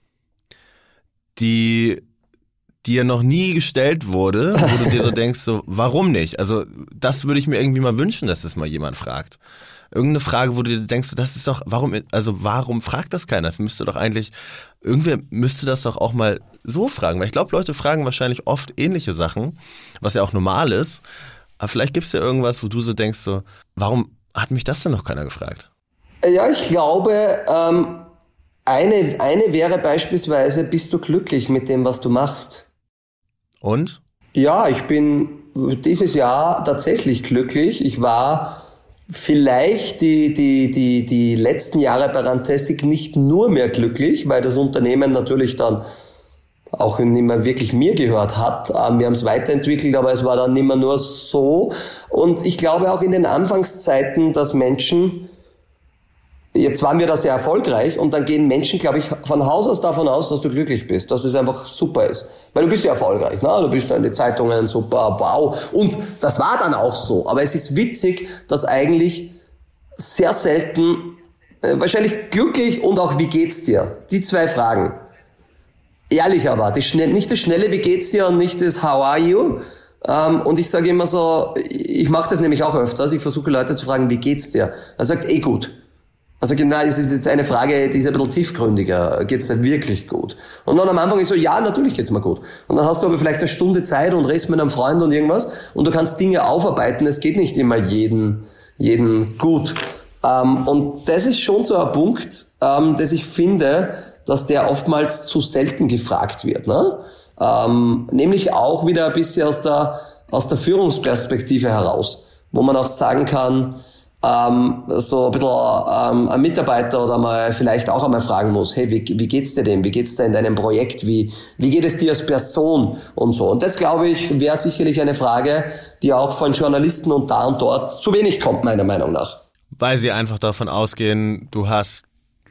die dir noch nie gestellt wurde, wo du dir so denkst, so, warum nicht? Also das würde ich mir irgendwie mal wünschen, dass das mal jemand fragt. Irgendeine Frage, wo du dir denkst, das ist doch, warum, also warum fragt das keiner? Das müsste doch eigentlich, irgendwer müsste das doch auch mal so fragen. Weil ich glaube, Leute fragen wahrscheinlich oft ähnliche Sachen, was ja auch normal ist. Aber vielleicht gibt es ja irgendwas, wo du so denkst, so, warum hat mich das denn noch keiner gefragt? Ja, ich glaube, ähm, eine, eine wäre beispielsweise, bist du glücklich mit dem, was du machst? Und? Ja, ich bin dieses Jahr tatsächlich glücklich. Ich war vielleicht die, die, die, die letzten Jahre bei Runtastic nicht nur mehr glücklich, weil das Unternehmen natürlich dann auch nicht mehr wirklich mir gehört hat. Wir haben es weiterentwickelt, aber es war dann nicht mehr nur so. Und ich glaube auch in den Anfangszeiten, dass Menschen, jetzt waren wir da sehr erfolgreich und dann gehen Menschen, glaube ich, von Haus aus davon aus, dass du glücklich bist, dass es einfach super ist. Weil du bist ja erfolgreich, ne? Du bist ja in den Zeitungen super, wow. Und das war dann auch so. Aber es ist witzig, dass eigentlich sehr selten, äh, wahrscheinlich glücklich und auch wie geht's dir? Die zwei Fragen. Ehrlich aber, das schnell, nicht das schnelle wie geht's dir und nicht das how are you? Ähm, und ich sage immer so, ich mache das nämlich auch öfters, ich versuche Leute zu fragen, wie geht's dir? Er sagt, eh gut. Also genau, es ist jetzt eine Frage, die ist ein bisschen tiefgründiger. Geht's dir wirklich gut? Und dann am Anfang ist so, ja, natürlich geht's mir gut. Und dann hast du aber vielleicht eine Stunde Zeit und redest mit einem Freund und irgendwas und du kannst Dinge aufarbeiten. Es geht nicht immer jeden, jeden gut. Ähm, und das ist schon so ein Punkt, ähm, dass ich finde, dass der oftmals zu selten gefragt wird, ne? Ähm, nämlich auch wieder ein bisschen aus der, aus der Führungsperspektive heraus, wo man auch sagen kann, Ähm, so ein bisschen ähm, ein Mitarbeiter oder mal vielleicht auch einmal fragen muss, hey, wie, wie geht's dir denn? Wie geht's dir in deinem Projekt? Wie, wie geht es dir als Person? Und so. Und das, glaube ich, wäre sicherlich eine Frage, die auch von Journalisten und da und dort zu wenig kommt, meiner Meinung nach. Weil sie einfach davon ausgehen, du hast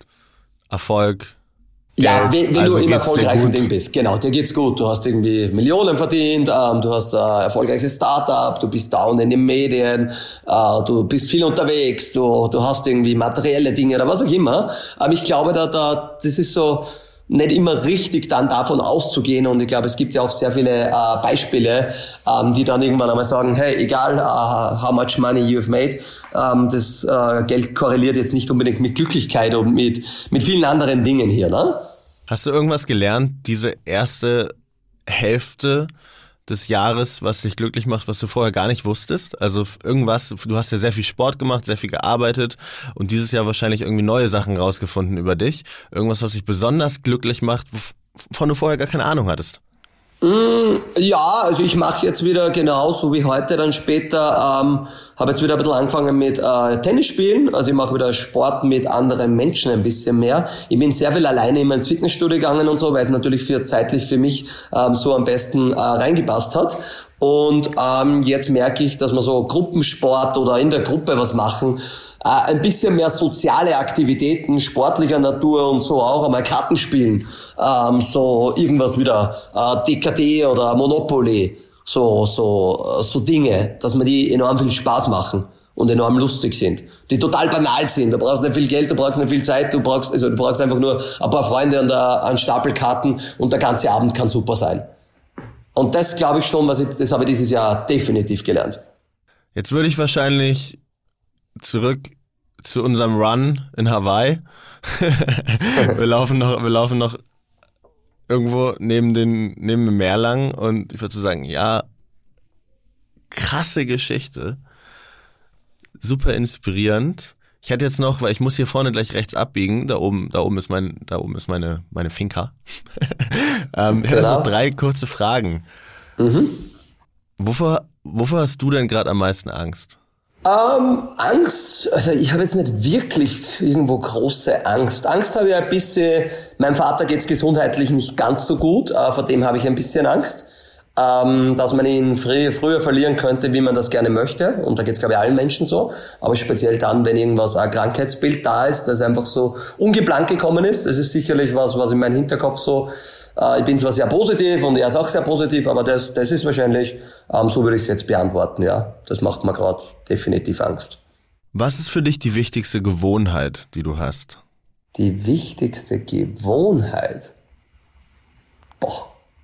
Erfolg. Ja, wenn, wenn also du im erfolgreichen Ding bist. Genau, dir geht's gut. Du hast irgendwie Millionen verdient, ähm, du hast ein erfolgreiches Startup, du bist down in den Medien, äh, du bist viel unterwegs, du, du hast irgendwie materielle Dinge oder was auch immer. Aber ich glaube, da, da, das ist so nicht immer richtig, dann davon auszugehen. Und ich glaube, es gibt ja auch sehr viele äh, Beispiele, ähm, die dann irgendwann einmal sagen, hey, egal uh, how much money you've made, ähm, das äh, Geld korreliert jetzt nicht unbedingt mit Glücklichkeit und mit, mit vielen anderen Dingen hier, ne? Hast du irgendwas gelernt, diese erste Hälfte des Jahres, was dich glücklich macht, was du vorher gar nicht wusstest? Also irgendwas, du hast ja sehr viel Sport gemacht, sehr viel gearbeitet und dieses Jahr wahrscheinlich irgendwie neue Sachen rausgefunden über dich. Irgendwas, was dich besonders glücklich macht, wovon du vorher gar keine Ahnung hattest? Mm, ja, also ich mache jetzt wieder genauso wie heute, dann später, ähm, habe jetzt wieder ein bisschen angefangen mit äh, Tennis spielen, also ich mache wieder Sport mit anderen Menschen ein bisschen mehr. Ich bin sehr viel alleine immer ins Fitnessstudio gegangen und so, weil es natürlich für zeitlich für mich ähm, so am besten äh, reingepasst hat. Und ähm, jetzt merke ich, dass wir so Gruppensport oder in der Gruppe was machen, äh, ein bisschen mehr soziale Aktivitäten, sportlicher Natur und so auch einmal Karten spielen, ähm, so irgendwas wieder, äh, D K D oder Monopoly, so so so Dinge, dass mir die enorm viel Spaß machen und enorm lustig sind, die total banal sind. Du brauchst nicht viel Geld, du brauchst nicht viel Zeit, du brauchst also du brauchst einfach nur ein paar Freunde und einen Stapel Karten und der ganze Abend kann super sein. Und das glaube ich schon, was ich, das habe ich dieses Jahr definitiv gelernt. Jetzt würde ich wahrscheinlich zurück zu unserem Run in Hawaii. wir laufen noch, wir laufen noch irgendwo neben den neben dem Meer lang und ich würde so sagen, ja, krasse Geschichte, super inspirierend. Ich hätte jetzt noch, weil ich muss hier vorne gleich rechts abbiegen, da oben, da oben ist mein, da oben ist meine meine Finca. ähm, ich hätte Genau. so drei kurze Fragen. Mhm. Wovor, wovor hast du denn gerade am meisten Angst? Ähm, Angst, also ich habe jetzt nicht wirklich irgendwo große Angst. Angst habe ich ein bisschen, meinem Vater geht's gesundheitlich nicht ganz so gut, äh, vor dem habe ich ein bisschen Angst, ähm, dass man ihn früh, früher verlieren könnte, wie man das gerne möchte. Und da geht's glaube ich allen Menschen so, aber speziell dann, wenn irgendwas, ein Krankheitsbild da ist, das einfach so ungeplant gekommen ist. Das ist sicherlich was, was in meinem Hinterkopf so, äh, ich bin zwar sehr positiv und er ist auch sehr positiv, aber das, das ist wahrscheinlich, ähm, so würde ich es jetzt beantworten, ja. Das macht mir gerade definitiv Angst. Was ist für dich die wichtigste Gewohnheit, die du hast? Die wichtigste Gewohnheit? Boah.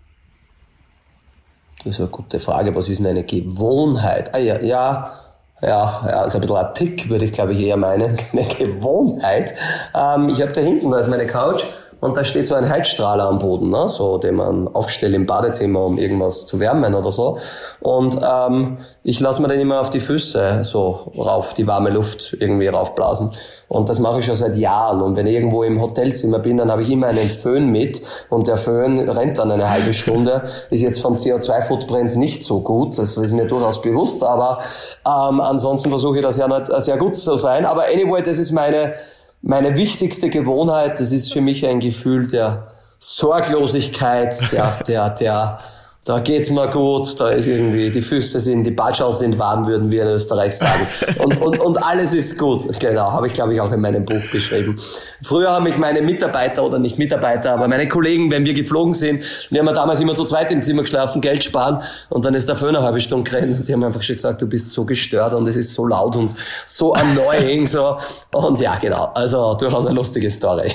Das ist eine gute Frage. Was ist denn eine Gewohnheit? Ah ja, ja, ja, ja, ist ein bisschen ein Tick, würde ich glaube ich eher meinen. Eine Gewohnheit. Ähm, ich habe da hinten, da ist meine Couch und da steht so ein Heizstrahler am Boden, ne? So, den man aufstellt im Badezimmer, um irgendwas zu wärmen oder so. Und ähm, ich lasse mir den immer auf die Füße so rauf, die warme Luft irgendwie raufblasen. Und das mache ich schon seit Jahren. Und wenn ich irgendwo im Hotelzimmer bin, dann habe ich immer einen Föhn mit. Und der Föhn rennt dann eine halbe Stunde. Ist jetzt vom C O zwei Footprint nicht so gut. Das ist mir durchaus bewusst. Aber ähm, ansonsten versuche ich das ja nicht sehr gut zu sein. Aber anyway, das ist meine meine wichtigste Gewohnheit. Das ist für mich ein Gefühl der Sorglosigkeit, der, der, der, da geht's mir gut, da ist irgendwie, die Füße sind, die Batschal sind warm, würden wir in Österreich sagen. Und, und, und alles ist gut. Genau, habe ich, glaube ich, auch in meinem Buch beschrieben. Früher haben mich meine Mitarbeiter, oder nicht Mitarbeiter, aber meine Kollegen, wenn wir geflogen sind, wir haben ja damals immer zu zweit im Zimmer geschlafen, Geld sparen, und dann ist der Föhn eine halbe Stunde gerannt, und die haben einfach schon gesagt, du bist so gestört und es ist so laut und so annoying, so. Und ja, genau, also durchaus eine lustige Story.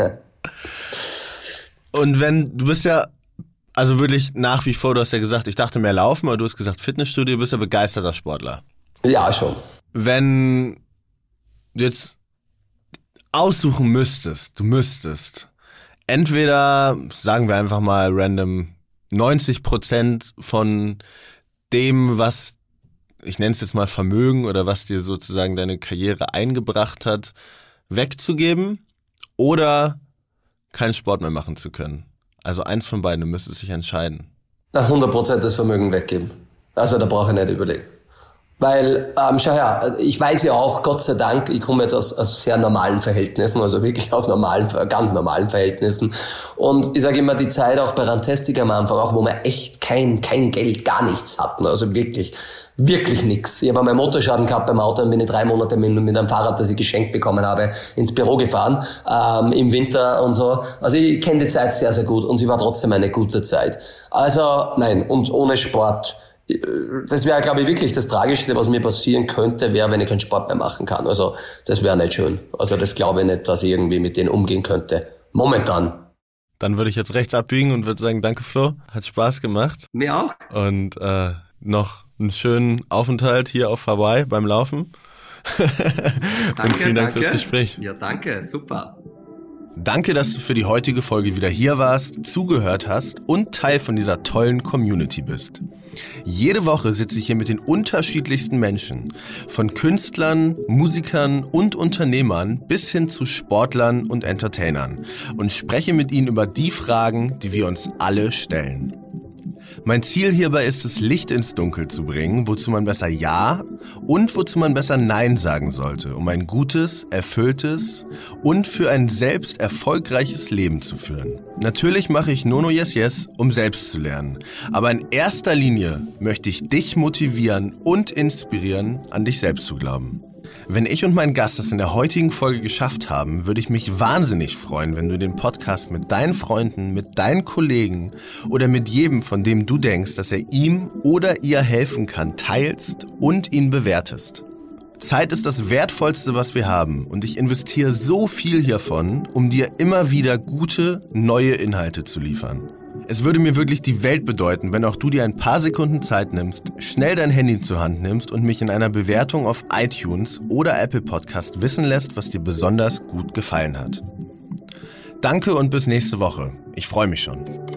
Und wenn, du bist ja, also wirklich nach wie vor, du hast ja gesagt, ich dachte mehr Laufen, aber du hast gesagt Fitnessstudio, du bist ja begeisterter Sportler. Ja, schon. Wenn du jetzt aussuchen müsstest, du müsstest, entweder, sagen wir einfach mal random, neunzig Prozent von dem, was, ich nenne es jetzt mal Vermögen oder was dir sozusagen deine Karriere eingebracht hat, wegzugeben oder keinen Sport mehr machen zu können. Also eins von beiden, du müsstest dich entscheiden. Na, hundert Prozent das Vermögen weggeben. Also da brauche ich nicht überlegen. Weil, ähm, schau her, ich weiß ja auch, Gott sei Dank, ich komme jetzt aus, aus sehr normalen Verhältnissen, also wirklich aus normalen, ganz normalen Verhältnissen. Und ich sage immer, die Zeit auch bei Rantastic am Anfang, auch wo wir echt kein, kein Geld, gar nichts hatten, also wirklich, wirklich nix. Ich habe einmal Motorschaden gehabt beim Auto und bin ich drei Monate mit, mit einem Fahrrad, das ich geschenkt bekommen habe, ins Büro gefahren, ähm, im Winter und so. Also ich kenne die Zeit sehr, sehr gut und sie war trotzdem eine gute Zeit. Also nein, und ohne Sport, das wäre, glaube ich, wirklich das Tragischste, was mir passieren könnte, wäre, wenn ich keinen Sport mehr machen kann. Also das wäre nicht schön. Also das glaube ich nicht, dass ich irgendwie mit denen umgehen könnte. Momentan. Dann würde ich jetzt rechts abbiegen und würde sagen, danke Flo, hat Spaß gemacht. Mir auch. Und äh, noch einen schönen Aufenthalt hier auf Hawaii beim Laufen. Danke, und vielen Dank danke. fürs Gespräch. Ja, danke, super. Danke, dass du für die heutige Folge wieder hier warst, zugehört hast und Teil von dieser tollen Community bist. Jede Woche sitze ich hier mit den unterschiedlichsten Menschen, von Künstlern, Musikern und Unternehmern bis hin zu Sportlern und Entertainern und spreche mit ihnen über die Fragen, die wir uns alle stellen. Mein Ziel hierbei ist es, Licht ins Dunkel zu bringen, wozu man besser Ja und wozu man besser Nein sagen sollte, um ein gutes, erfülltes und für ein selbst erfolgreiches Leben zu führen. Natürlich mache ich Nono Yes Yes, um selbst zu lernen. Aber in erster Linie möchte ich dich motivieren und inspirieren, an dich selbst zu glauben. Wenn ich und mein Gast es in der heutigen Folge geschafft haben, würde ich mich wahnsinnig freuen, wenn du den Podcast mit deinen Freunden, mit deinen Kollegen oder mit jedem, von dem du denkst, dass er ihm oder ihr helfen kann, teilst und ihn bewertest. Zeit ist das Wertvollste, was wir haben, und ich investiere so viel hiervon, um dir immer wieder gute, neue Inhalte zu liefern. Es würde mir wirklich die Welt bedeuten, wenn auch du dir ein paar Sekunden Zeit nimmst, schnell dein Handy zur Hand nimmst und mich in einer Bewertung auf iTunes oder Apple Podcast wissen lässt, was dir besonders gut gefallen hat. Danke und bis nächste Woche. Ich freue mich schon.